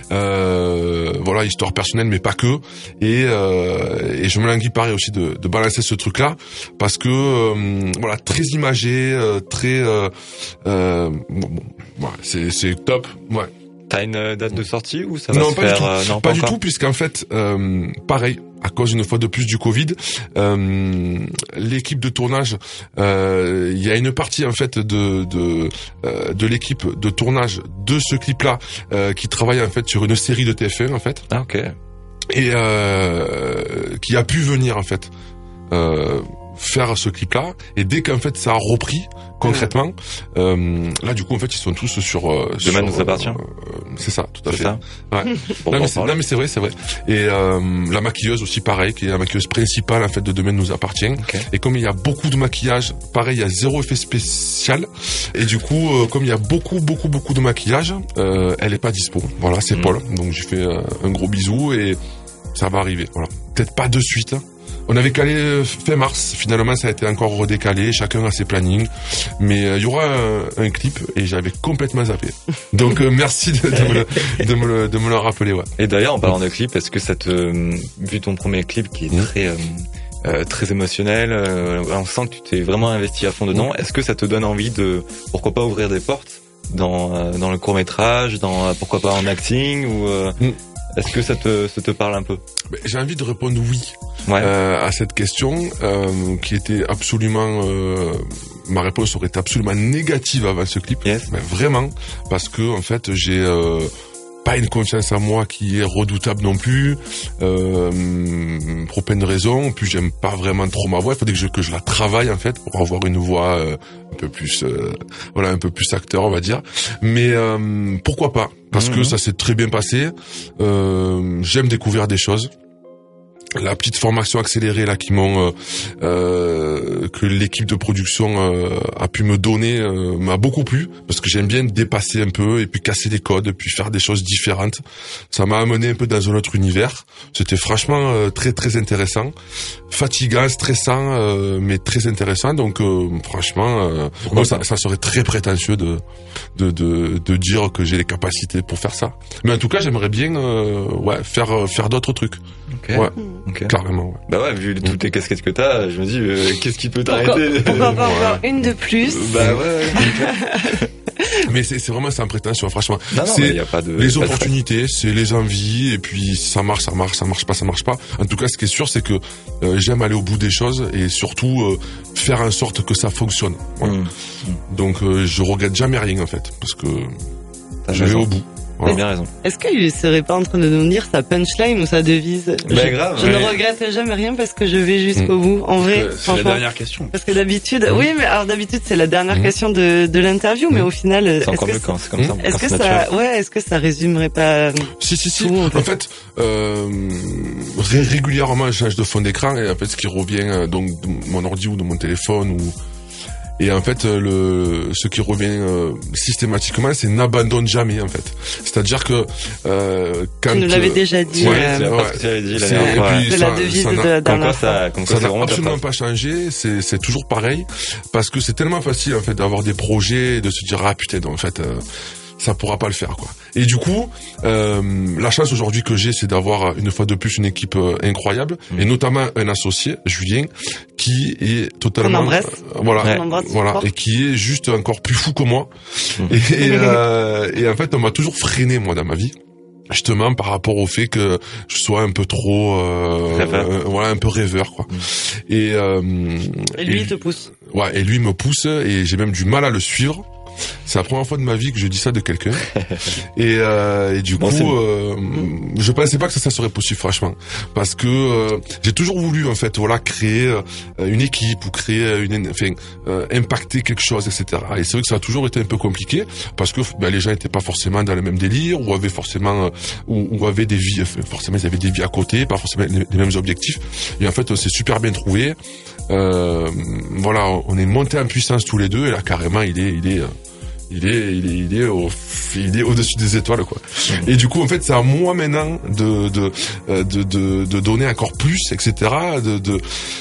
Euh, voilà, histoire personnelle, mais pas que. Et, euh, et je me languis pareil aussi de, de balancer ce truc-là, parce que euh, voilà, très imagé, euh, très, euh, euh, bon, bon, voilà, c'est c'est top. Ouais. T'as une euh, date de sortie ou ça va Non, se pas du faire tout. euh, non, Pas du encore tout, puisqu'en fait, euh, pareil, à cause une fois de plus du Covid, euh, l'équipe de tournage, euh, il y a une partie en fait de de euh, de l'équipe de tournage de ce clip-là euh, qui travaille en fait sur une série de T F un en fait. Ah ok. Et euh, qui a pu venir en fait euh, faire ce clip-là. Et dès qu'en fait ça a repris concrètement, euh, là du coup en fait ils sont tous sur. Euh, Demain sur, nous appartient. euh, c'est ça, tout à C'est fait. ça. Ouais. Bon, non, on mais en c'est, parle. non mais c'est vrai, c'est vrai. Et euh, la maquilleuse aussi pareil, qui est la maquilleuse principale en fait de Demain nous appartient. Ok. Et comme il y a beaucoup de maquillage, pareil, il y a zéro effet spécial. Et du coup, euh, comme il y a beaucoup, beaucoup, beaucoup de maquillage, euh, elle est pas dispo. Voilà, c'est Mm. Paul. Donc j'ai fait euh, un gros bisou et ça va arriver. Voilà, peut-être pas de suite. Hein. On avait calé euh, fin mars. Finalement, ça a été encore redécalé. Chacun a ses plannings. Mais il euh, y aura un, un clip et j'avais complètement zappé. Donc euh, merci de, de, me le, de, me le, de me le rappeler. Ouais. Et d'ailleurs, en parlant de clip, est-ce que ça te, vu ton premier clip qui est Mmh. très euh, euh, très émotionnel, euh, on sent que tu t'es vraiment investi à fond dedans. Est-ce que ça te donne envie de, pourquoi pas ouvrir des portes dans euh, dans le court métrage, dans euh, pourquoi pas en acting ou euh, Mmh. est-ce que ça te ça te parle un peu? Ben, j'ai envie de répondre oui. Ouais. Euh, à cette question euh, qui était absolument euh, ma réponse aurait été absolument négative avant ce clip. Yes. Mais vraiment parce que en fait j'ai euh, pas une confiance en moi qui est redoutable non plus euh, pour plein de raisons. Puis j'aime pas vraiment trop ma voix. Il faudrait que je que je la travaille en fait pour avoir une voix euh, un peu plus euh, voilà un peu plus acteur on va dire. Mais euh, pourquoi pas parce Mhm. que ça s'est très bien passé. Euh, j'aime découvrir des choses. La petite formation accélérée là qui m'ont euh, euh, que l'équipe de production euh, a pu me donner euh, m'a beaucoup plu parce que j'aime bien dépasser un peu et puis casser les codes puis faire des choses différentes. Ça m'a amené un peu dans un autre univers. C'était franchement euh, très très intéressant, fatigant, stressant, euh, mais très intéressant. Donc euh, franchement, euh, bon, ça, ça serait très prétentieux de de de, de dire que j'ai les capacités pour faire ça. Mais en tout cas, j'aimerais bien euh, ouais faire faire d'autres trucs. Ok. Ouais. Ok. Carrément, ouais. Bah ouais, vu toutes les casquettes que t'as, je me dis euh, qu'est-ce qui peut Pourquoi, t'arrêter? pourquoi pas encore une de plus? Bah ouais. ouais. Mais c'est, c'est vraiment sans prétention, franchement. Non, non, c'est y a pas de, les pas de opportunités, c'est les envies, et puis ça marche, ça marche, ça marche pas, ça marche pas. En tout cas, ce qui est sûr, c'est que euh, j'aime aller au bout des choses et surtout euh, faire en sorte que ça fonctionne. Voilà. Mmh. Donc, euh, je regrette jamais rien en fait, parce que T'as je vais raison. au bout. T'as bien raison. Est-ce qu'il serait pas en train de nous dire sa punchline ou sa devise? Ben, je, grave, je ouais. ne regrette jamais rien parce que je vais jusqu'au bout. En vrai, Euh, C'est la franchement. dernière question. Parce que d'habitude, oui, mais alors d'habitude c'est la dernière Mmh. question de, de l'interview, mais au final, C'est est-ce encore que, mieux ça- quand c'est comme ça. est-ce quand que c'est ça, naturel. ouais, est-ce que ça résumerait pas Si, si, si. tout, en fait En fait, euh, ré- régulièrement, je change de fond d'écran et en fait, ce qui revient euh, donc de mon ordi ou de mon téléphone ou et en fait, euh, le ce qui revient euh, systématiquement, c'est n'abandonne jamais en fait. C'est-à-dire que euh, quand Tu nous l'avais euh, déjà dit. ouais, euh, C'est ouais. parce que tu avais dit la C'est- dernière et fois. puis, c'est ça- la devise ça de n'a- la Comme dernière quoi fois. ça, comme quoi Ça c'est n'a vraiment absolument top. pas changé, c'est c'est toujours pareil parce que c'est tellement facile en fait d'avoir des projets et de se dire ah putain donc, en fait euh, ça pourra pas le faire quoi. Et du coup, euh, la chance aujourd'hui que j'ai, c'est d'avoir une fois de plus une équipe euh, incroyable Mmh. et notamment un associé, Julien, qui est totalement On embrasse. euh, voilà, On embrasse voilà, fort. et qui est juste encore plus fou que moi. Mmh. Et, et, euh, et en fait, on m'a toujours freiné moi dans ma vie. Justement par rapport au fait que je sois un peu trop euh, Rêveur. euh, voilà un peu rêveur quoi. Mmh. Et, euh, Et lui, il te pousse. ouais, et lui me pousse et j'ai même du mal à le suivre. C'est la première fois de ma vie que je dis ça de quelqu'un. Et, euh, et du Bon, coup, c'est bon. euh, je pensais pas que ça, ça serait possible, franchement, parce que euh, j'ai toujours voulu en fait, voilà, créer euh, une équipe ou créer une, enfin, euh, impacter quelque chose, et cetera. Et c'est vrai que ça a toujours été un peu compliqué parce que ben, les gens étaient pas forcément dans le même délire ou avaient forcément euh, ou, ou avaient des vies, enfin, forcément ils avaient des vies à côté, pas forcément les, les mêmes objectifs. Et en fait, on s'est super bien trouvé. Euh, voilà, on est monté en puissance tous les deux et là carrément, il est, il est euh, il est, il est, il est au, il est au-dessus des étoiles, quoi. Mmh. Et du coup, en fait, c'est à moi maintenant de, de, de, de, de donner encore plus, et cetera, de, de,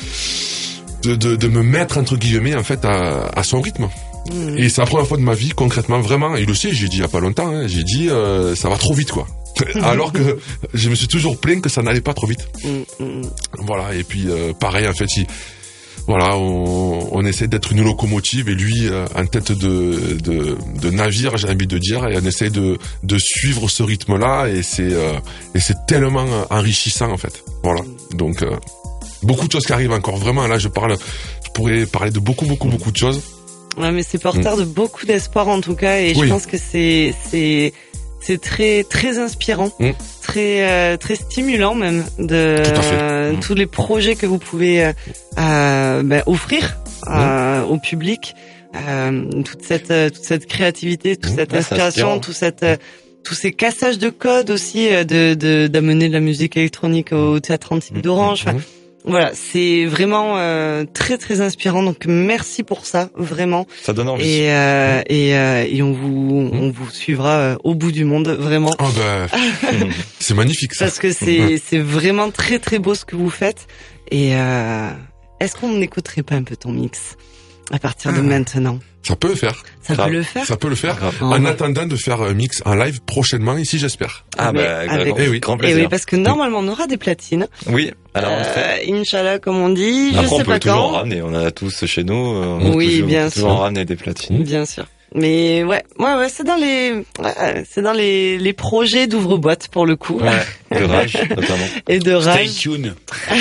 de, de, de me mettre, entre guillemets, en fait, à, à son rythme. Mmh. Et c'est la première fois de ma vie, concrètement, vraiment, il le sait, j'ai dit il y a pas longtemps, hein, j'ai dit, euh, ça va trop vite, quoi. Alors que je me suis toujours plaint que ça n'allait pas trop vite. Mmh. Voilà. Et puis, euh, pareil, en fait, il, voilà, on, on essaie d'être une locomotive et lui euh, en tête de, de, de navire, j'ai envie de dire, et on essaie de, de suivre ce rythme-là et c'est euh, et c'est tellement enrichissant en fait. Voilà, donc euh, beaucoup de choses qui arrivent encore. Vraiment, là, je parle, je pourrais parler de beaucoup, beaucoup, beaucoup de choses. Ouais, mais c'est porteur mmh. de beaucoup d'espoir en tout cas, et oui. je pense que c'est c'est c'est très très inspirant. Mmh. Très euh, très stimulant même de euh, mmh. tous les projets que vous pouvez euh, ben, offrir euh, mmh. au public, euh, toute cette toute cette créativité, toute mmh. cette inspiration, tout cette tous ces cassages de code aussi de de d'amener de la musique électronique au théâtre Antique mmh. d'Orange. Enfin, voilà, c'est vraiment euh, très très inspirant. Donc merci pour ça, vraiment. Ça donne envie. Et euh, mmh. et, euh, et on vous on vous suivra euh, au bout du monde, vraiment. Oh bah, c'est magnifique ça. Parce que c'est c'est vraiment très très beau ce que vous faites. Et euh, est-ce qu'on n'écouterait pas un peu ton mix à partir ah. de maintenant? Ça peut le faire. Ça Grave. peut le faire. Ça peut le faire. Oh. En attendant de faire un mix en live prochainement ici, j'espère. Ah bah, avec eh oui. grand plaisir. Et oui, parce que normalement on aura des platines. Oui. Alors euh, Inch'Allah, comme on dit. Après, je sais on peut pas toujours quand. en ramener. On a tous chez nous. On oui, peut bien toujours, sûr. toujours en ramener des platines. Bien sûr. Mais ouais, ouais, ouais, c'est dans les, ouais, c'est dans les les projets d'ouvre-boîte pour le coup. Ouais, de Rage notamment. Et de Rage. Stay tuned.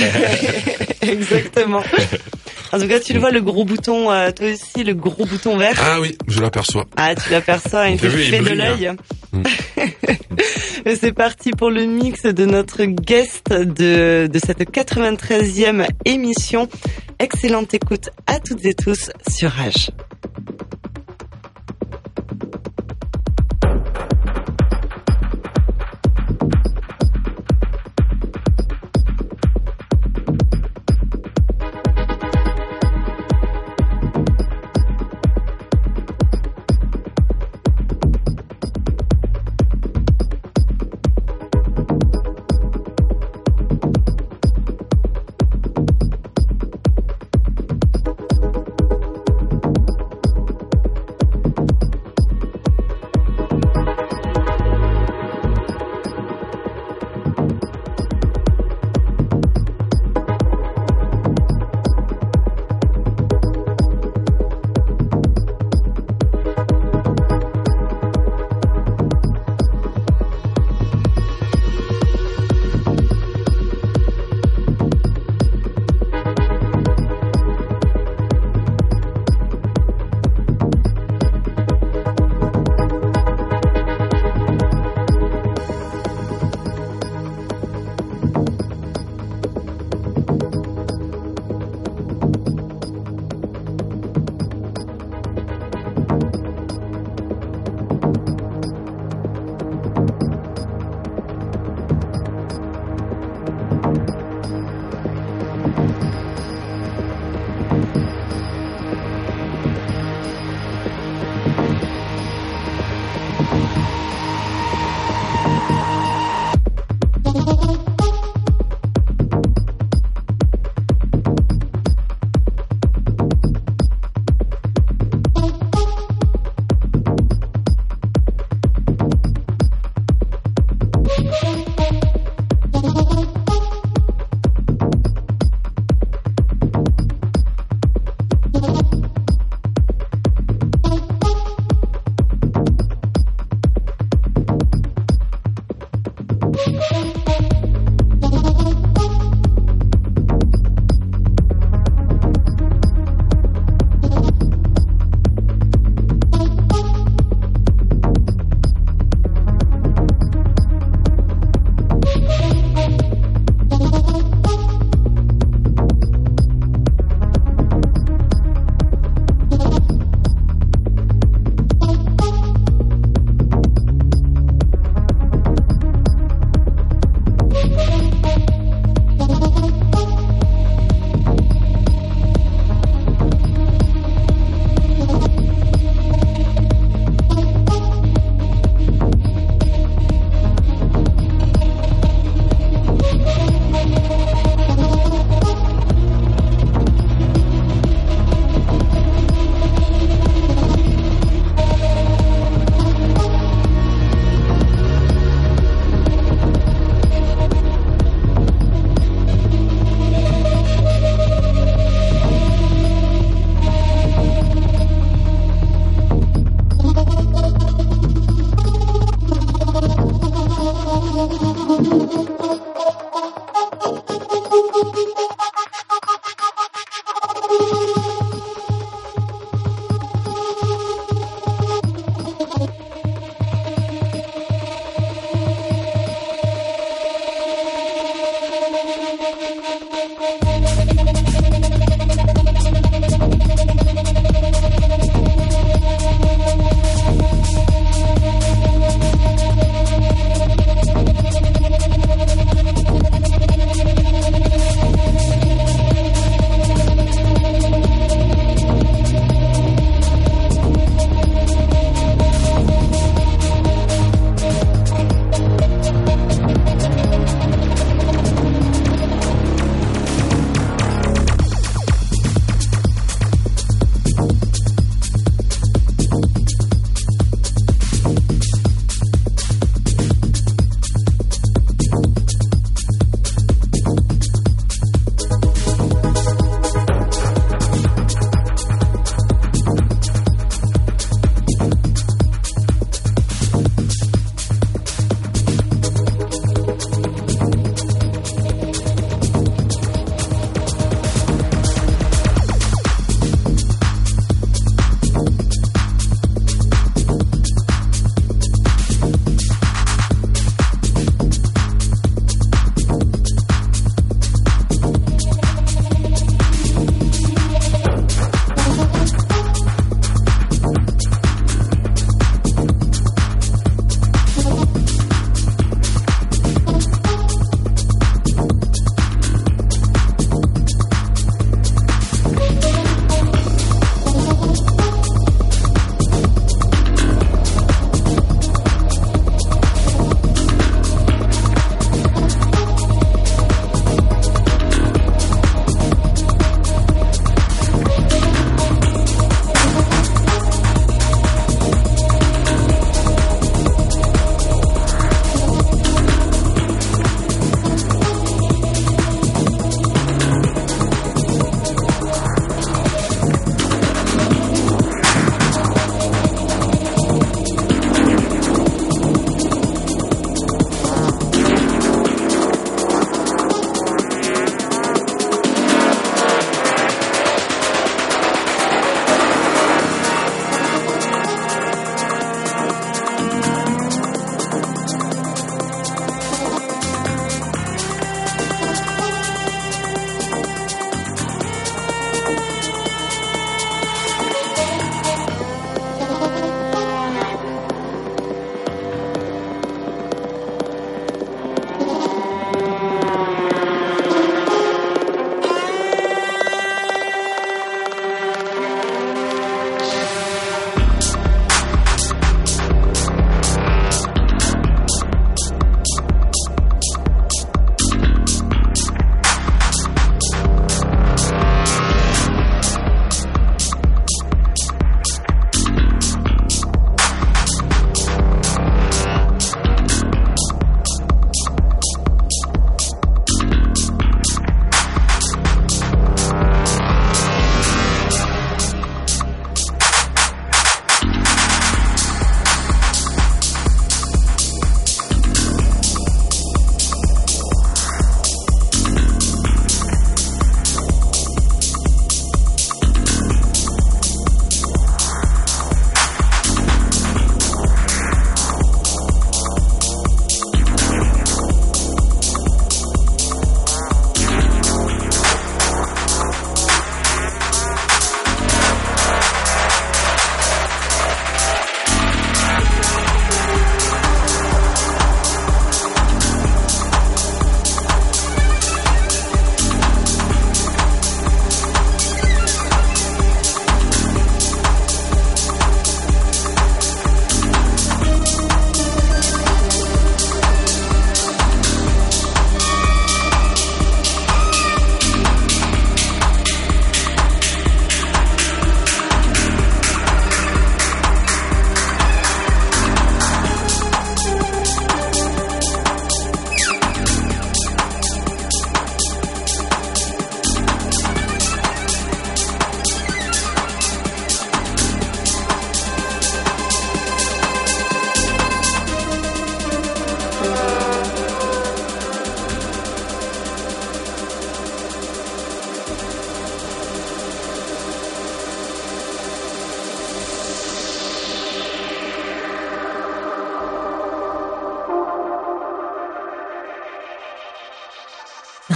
Exactement. En tout cas, tu le vois, le gros bouton, euh, toi aussi, le gros bouton vert. Ah oui, je l'aperçois. Ah, tu l'aperçois, il te fait de l'œil. Mmh. C'est parti pour le mix de notre guest de, de cette quatre-vingt-treizième émission. Excellente écoute à toutes et tous sur Rage.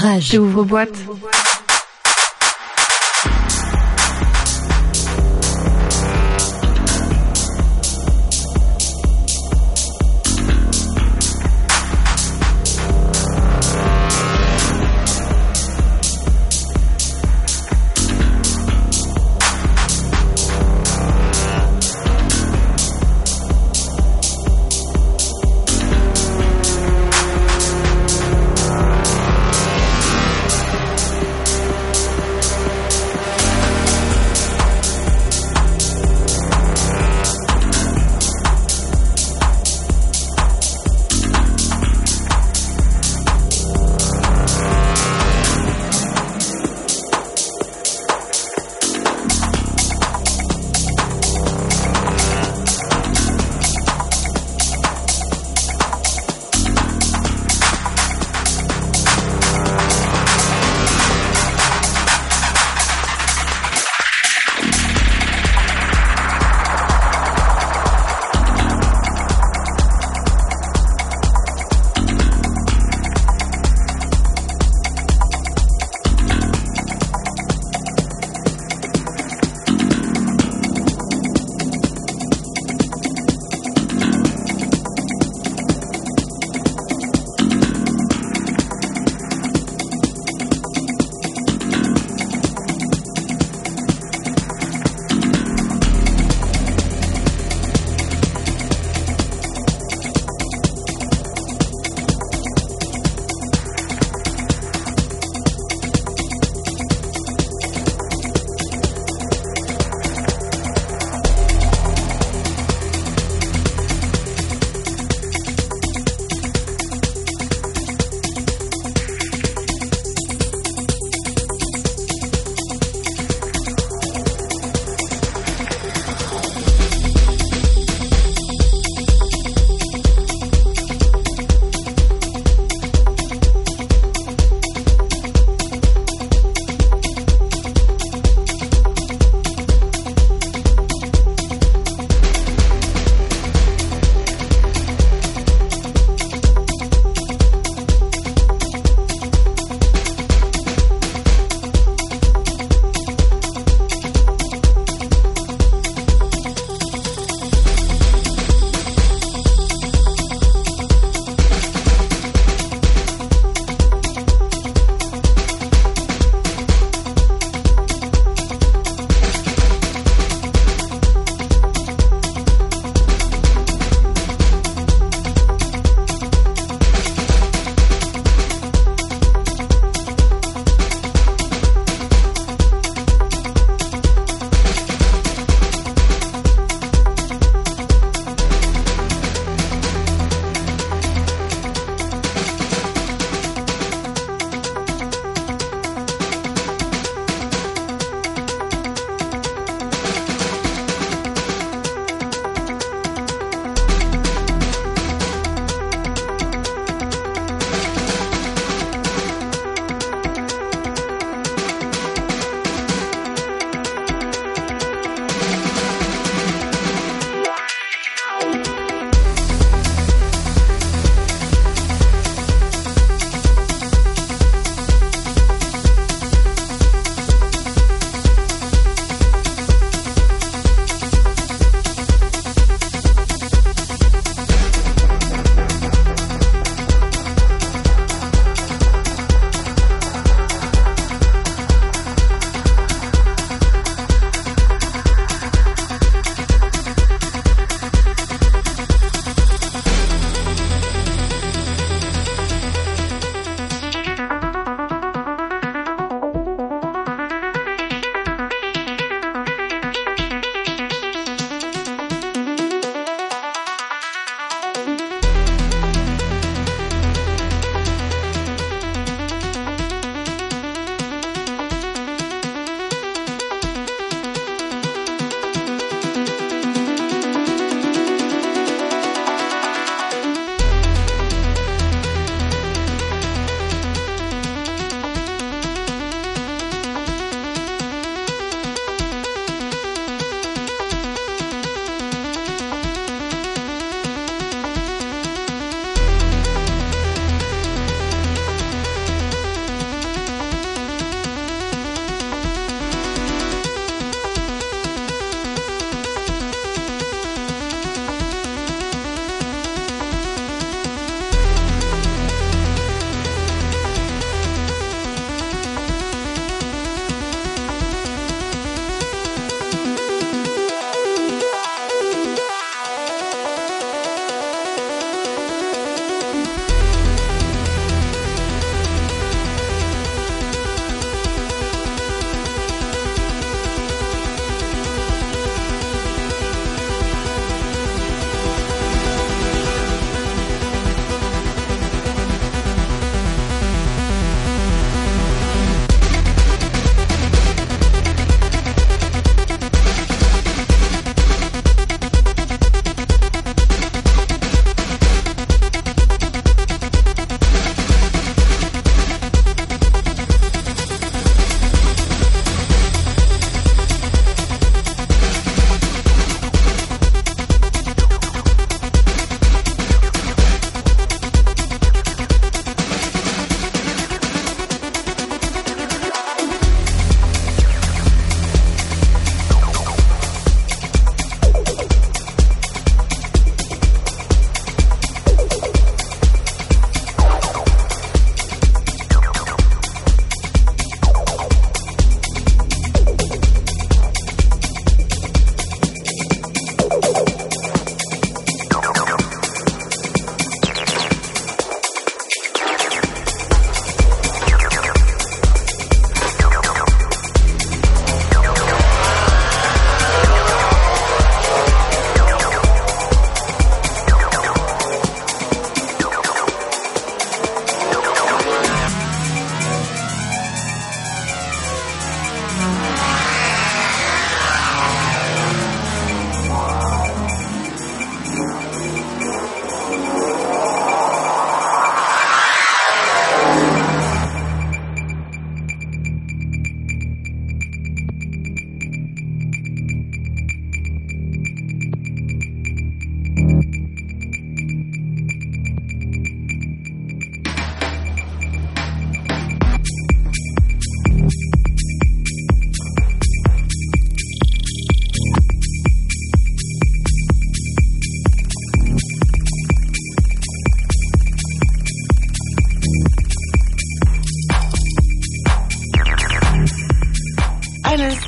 Rage. C'est Ouvre-boîte.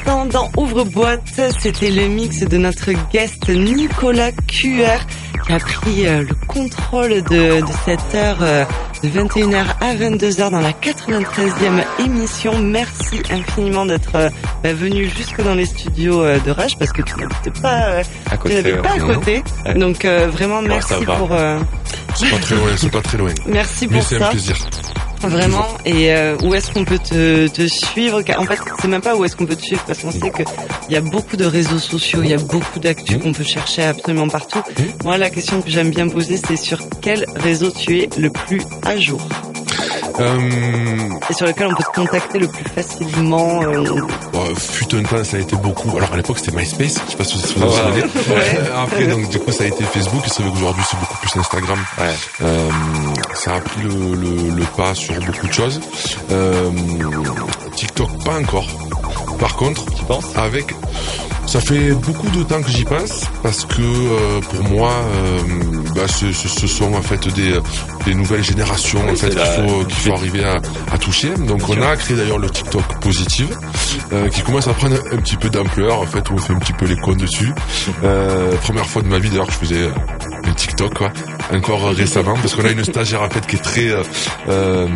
l'instant dans Ouvre-boîte, c'était le mix de notre guest Nicolas Q R qui a pris euh, le contrôle de, de cette heure euh, de vingt et une heures à vingt-deux heures dans la quatre-vingt-treizième émission. Merci infiniment d'être euh, bah, venu jusque dans les studios euh, de Rage parce que tu n'habitais pas, euh, À côté, tu n'habites pas à ouais. côté. Ouais. Donc euh, vraiment Oh, merci ça va. pour euh, C'est pas très loin, c'est pas très loin. merci Mais pour c'est un ça. plaisir. Vraiment. Et euh, où est-ce qu'on peut te, te suivre? En fait, c'est même pas où est-ce qu'on peut te suivre parce qu'on sait que il y a beaucoup de réseaux sociaux, il y a beaucoup d'actu Mmh. qu'on peut chercher absolument partout. Mmh. Moi, la question que j'aime bien poser, c'est sur quel réseau tu es le plus à jour Euh, et sur lequel on peut te contacter le plus facilement. Euh... bon, fut un temps, ça a été beaucoup. Alors à l'époque, c'était MySpace. Je sais pas si vous vous Ouais. souvenez. Ouais. Après, donc du coup, ça a été Facebook. Et c'est vrai qu'aujourd'hui, c'est beaucoup plus Instagram. Ouais. Euh, ça a pris le, le, le pas sur beaucoup de choses. Euh, TikTok, pas encore. Par contre, Tu penses? avec, ça fait beaucoup de temps que j'y pense parce que euh, pour moi, euh, bah, ce, ce, ce sont en fait des, des nouvelles générations Oui, en fait c'est qu'il la- faut qu'il faut arriver à, à toucher. Donc on a créé d'ailleurs le TikTok Positive euh, qui commence à prendre un petit peu d'ampleur en fait où on fait un petit peu les cons dessus. Euh, première fois de ma vie d'ailleurs que je faisais un TikTok quoi. Encore récemment parce qu'on a une stagiaire en fait qui est très euh, euh,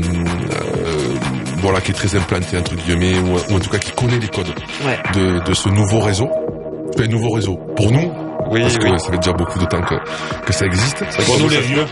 voilà qui est très implantée entre guillemets ou, ou en tout cas qui connaît les codes Ouais. de, de ce nouveau réseau. Enfin, nouveau réseau. Pour nous, Oui, parce que oui. ça fait déjà beaucoup de temps que, que ça existe. Pour nous les vieux.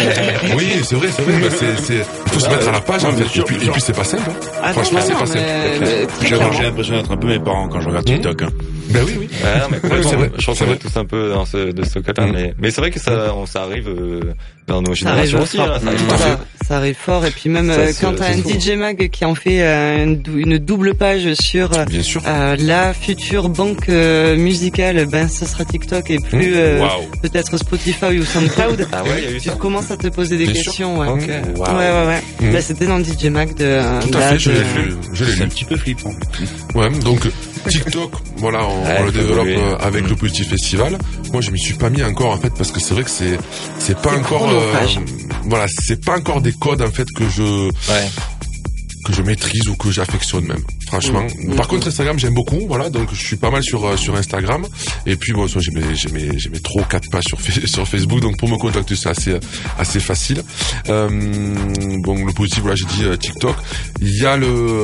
Oui, c'est vrai, c'est vrai. mais c'est, c'est, il faut se mettre à la page, Ouais, en bien fait. sûr, et puis, bien et sûr. puis c'est pas simple. hein. Ah, Franchement, non, c'est non, pas simple. mais- mais très J'ai clairement. j'ai l'impression d'être un peu mes parents quand je regarde Mmh. TikTok. Hein. Ben oui, oui. Ouais, non, mais complètement. c'est vrai, Je pense c'est qu'on vrai. est tous un peu dans ce, de ce cas-là, Mm. mais, mais c'est vrai que ça, on, ça arrive euh, dans nos Ça arrive générations aussi. fort. Hein, ça arrive Tout à fort. fait. Ça, ça arrive fort et puis même Ça euh, se- quand t'as ça un se trouve. D J Mag qui en fait euh, une, dou- une double page sur euh, Bien sûr. euh, la future banque euh, musicale, ben ce sera TikTok et plus euh, Waouh. peut-être Spotify ou SoundCloud. Ah ouais, il y a eu Tu ça. commences à te poser des Bien sûr. questions. Ouais. Ok. Ouais, ouais, ouais. Mm. Bah, c'était dans le D J Mag de. Tout à là, fait, je de- l'ai lu. Je l'ai C'est un lu. petit peu flippant. Ouais, donc TikTok, voilà, on, Ouais, on le faut développe évoluer. euh, avec Mm. le Petit Festival. Moi, je m'y suis pas mis encore en fait parce que c'est vrai que c'est c'est pas C'est encore chronophage. voilà, c'est pas encore des codes en fait que je Ouais. que je maîtrise ou que j'affectionne même. Franchement. Mm. Par Mm. contre, Instagram, j'aime beaucoup. Voilà, donc je suis pas mal sur euh, sur Instagram. Et puis bon, soit j'ai mes j'ai mes j'ai mes trois ou quatre pages sur Fa- sur Facebook. Donc pour me contacter, c'est assez assez facile. Euh, bon, le positif, voilà, j'ai dit euh, TikTok. Il y a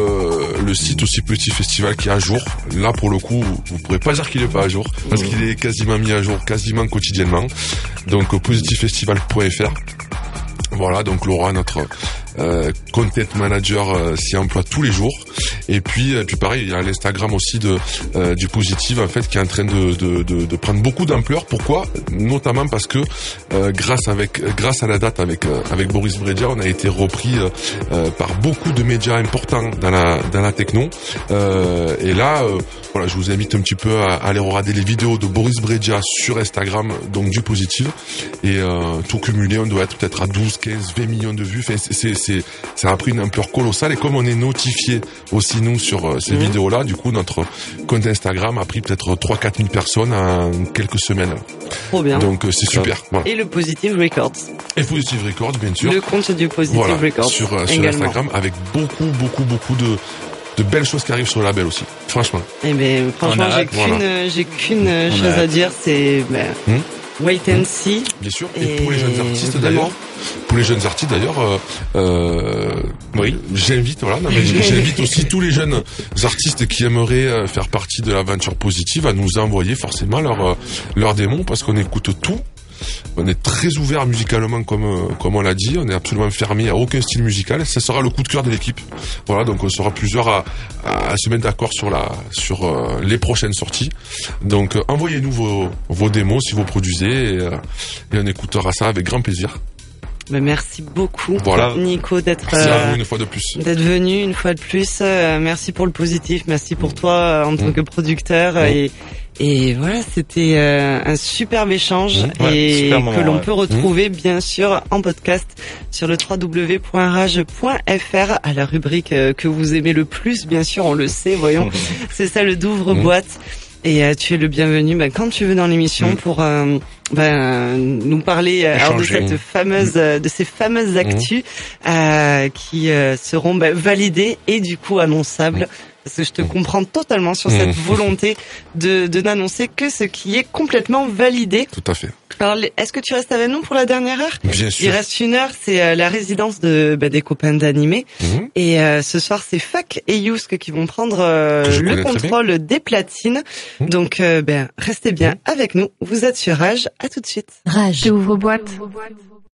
le le site aussi Petit Festival qui est à jour. Là, pour le coup, vous pourrez pas dire qu'il est pas à jour parce Mm. qu'il est quasiment mis à jour, quasiment quotidiennement. Donc positivefestival point f r. Voilà, donc Laura, notre euh, content manager, euh, s'y emploie tous les jours. Et puis, euh, puis pareil, il y a l'Instagram aussi de euh, du Positive en fait qui est en train de de, de, de prendre beaucoup d'ampleur. Pourquoi? Notamment parce que euh, grâce avec grâce à la date avec euh, avec Boris Brejcha, on a été repris euh, euh, par beaucoup de médias importants dans la dans la techno. Euh, et là, euh, voilà, je vous invite un petit peu à, à aller regarder les vidéos de Boris Brejcha sur Instagram, donc du Positive. Et euh, tout cumulé, on doit être peut-être à douze, quinze, vingt millions de vues. Enfin, c'est, c'est, c'est, ça a pris une ampleur colossale. Et comme on est notifié aussi, nous, sur euh, ces Mhm. vidéos-là, du coup, notre compte Instagram a pris peut-être trois quatre mille personnes en quelques semaines. Trop bien. Donc, euh, c'est super. Voilà. Et le Positive Records. Et Positive Records, bien sûr. Le compte du Positive Voilà, Records. sur, euh, sur également. Instagram, avec beaucoup, beaucoup, beaucoup de, de belles choses qui arrivent sur le label aussi. Franchement. Eh ben, franchement, On a j'ai hâte, qu'une, voilà. j'ai qu'une On a chose à hâte. dire, c'est ben, Hmm. wait and see. Bien sûr. Et, Et pour les jeunes artistes vraiment. d'ailleurs, pour les jeunes artistes d'ailleurs, euh, euh, Oui. j'invite, voilà, non, mais j'invite aussi tous les jeunes artistes qui aimeraient euh, faire partie de l'aventure positive à nous envoyer forcément leur euh, leur démon parce qu'on écoute tout. On est très ouvert musicalement comme euh, comme on l'a dit, on est absolument fermé à aucun style musical. Ça sera le coup de cœur de l'équipe. Voilà, donc on sera plusieurs à, à se mettre d'accord sur la sur euh, les prochaines sorties. Donc euh, envoyez-nous vos vos démos si vous produisez et, euh, et on écoutera ça avec grand plaisir. Ben, merci beaucoup, Voilà. Nico, d'être Merci à euh, vous une fois de plus. d'être venu une fois de plus. Euh, merci pour le positif, merci pour toi euh, en tant Mm. que producteur. Mm. Et, et voilà, c'était euh, un superbe échange Mm. Ouais, et super que moment, l'on ouais. peut retrouver bien sûr en podcast sur le w w w point rage point f r à la rubrique euh, que vous aimez le plus, bien sûr, on le sait, voyons. C'est ça le d'ouvre-boîte. Et euh, tu es le bienvenu ben, quand tu veux dans l'émission Mm. pour euh, ben, nous parler euh, alors, de Échanger. cette fameuse, euh, de ces fameuses actus euh, qui euh, seront ben, validées et du coup annonçables Parce que je te comprends totalement sur cette volonté de, de n'annoncer que ce qui est complètement validé. Tout à fait. Alors, est-ce que tu restes avec nous pour la dernière heure? Bien sûr. Il reste une heure, c'est euh, la résidence de bah, des copains d'animé. Mmh. Et euh, ce soir, c'est Fak et Yousk qui vont prendre euh, le contrôle des platines. Mmh. Donc, euh, ben, restez bien mmh. avec nous. Vous êtes sur Rage. À tout de suite. Rage. Ouvre boîte.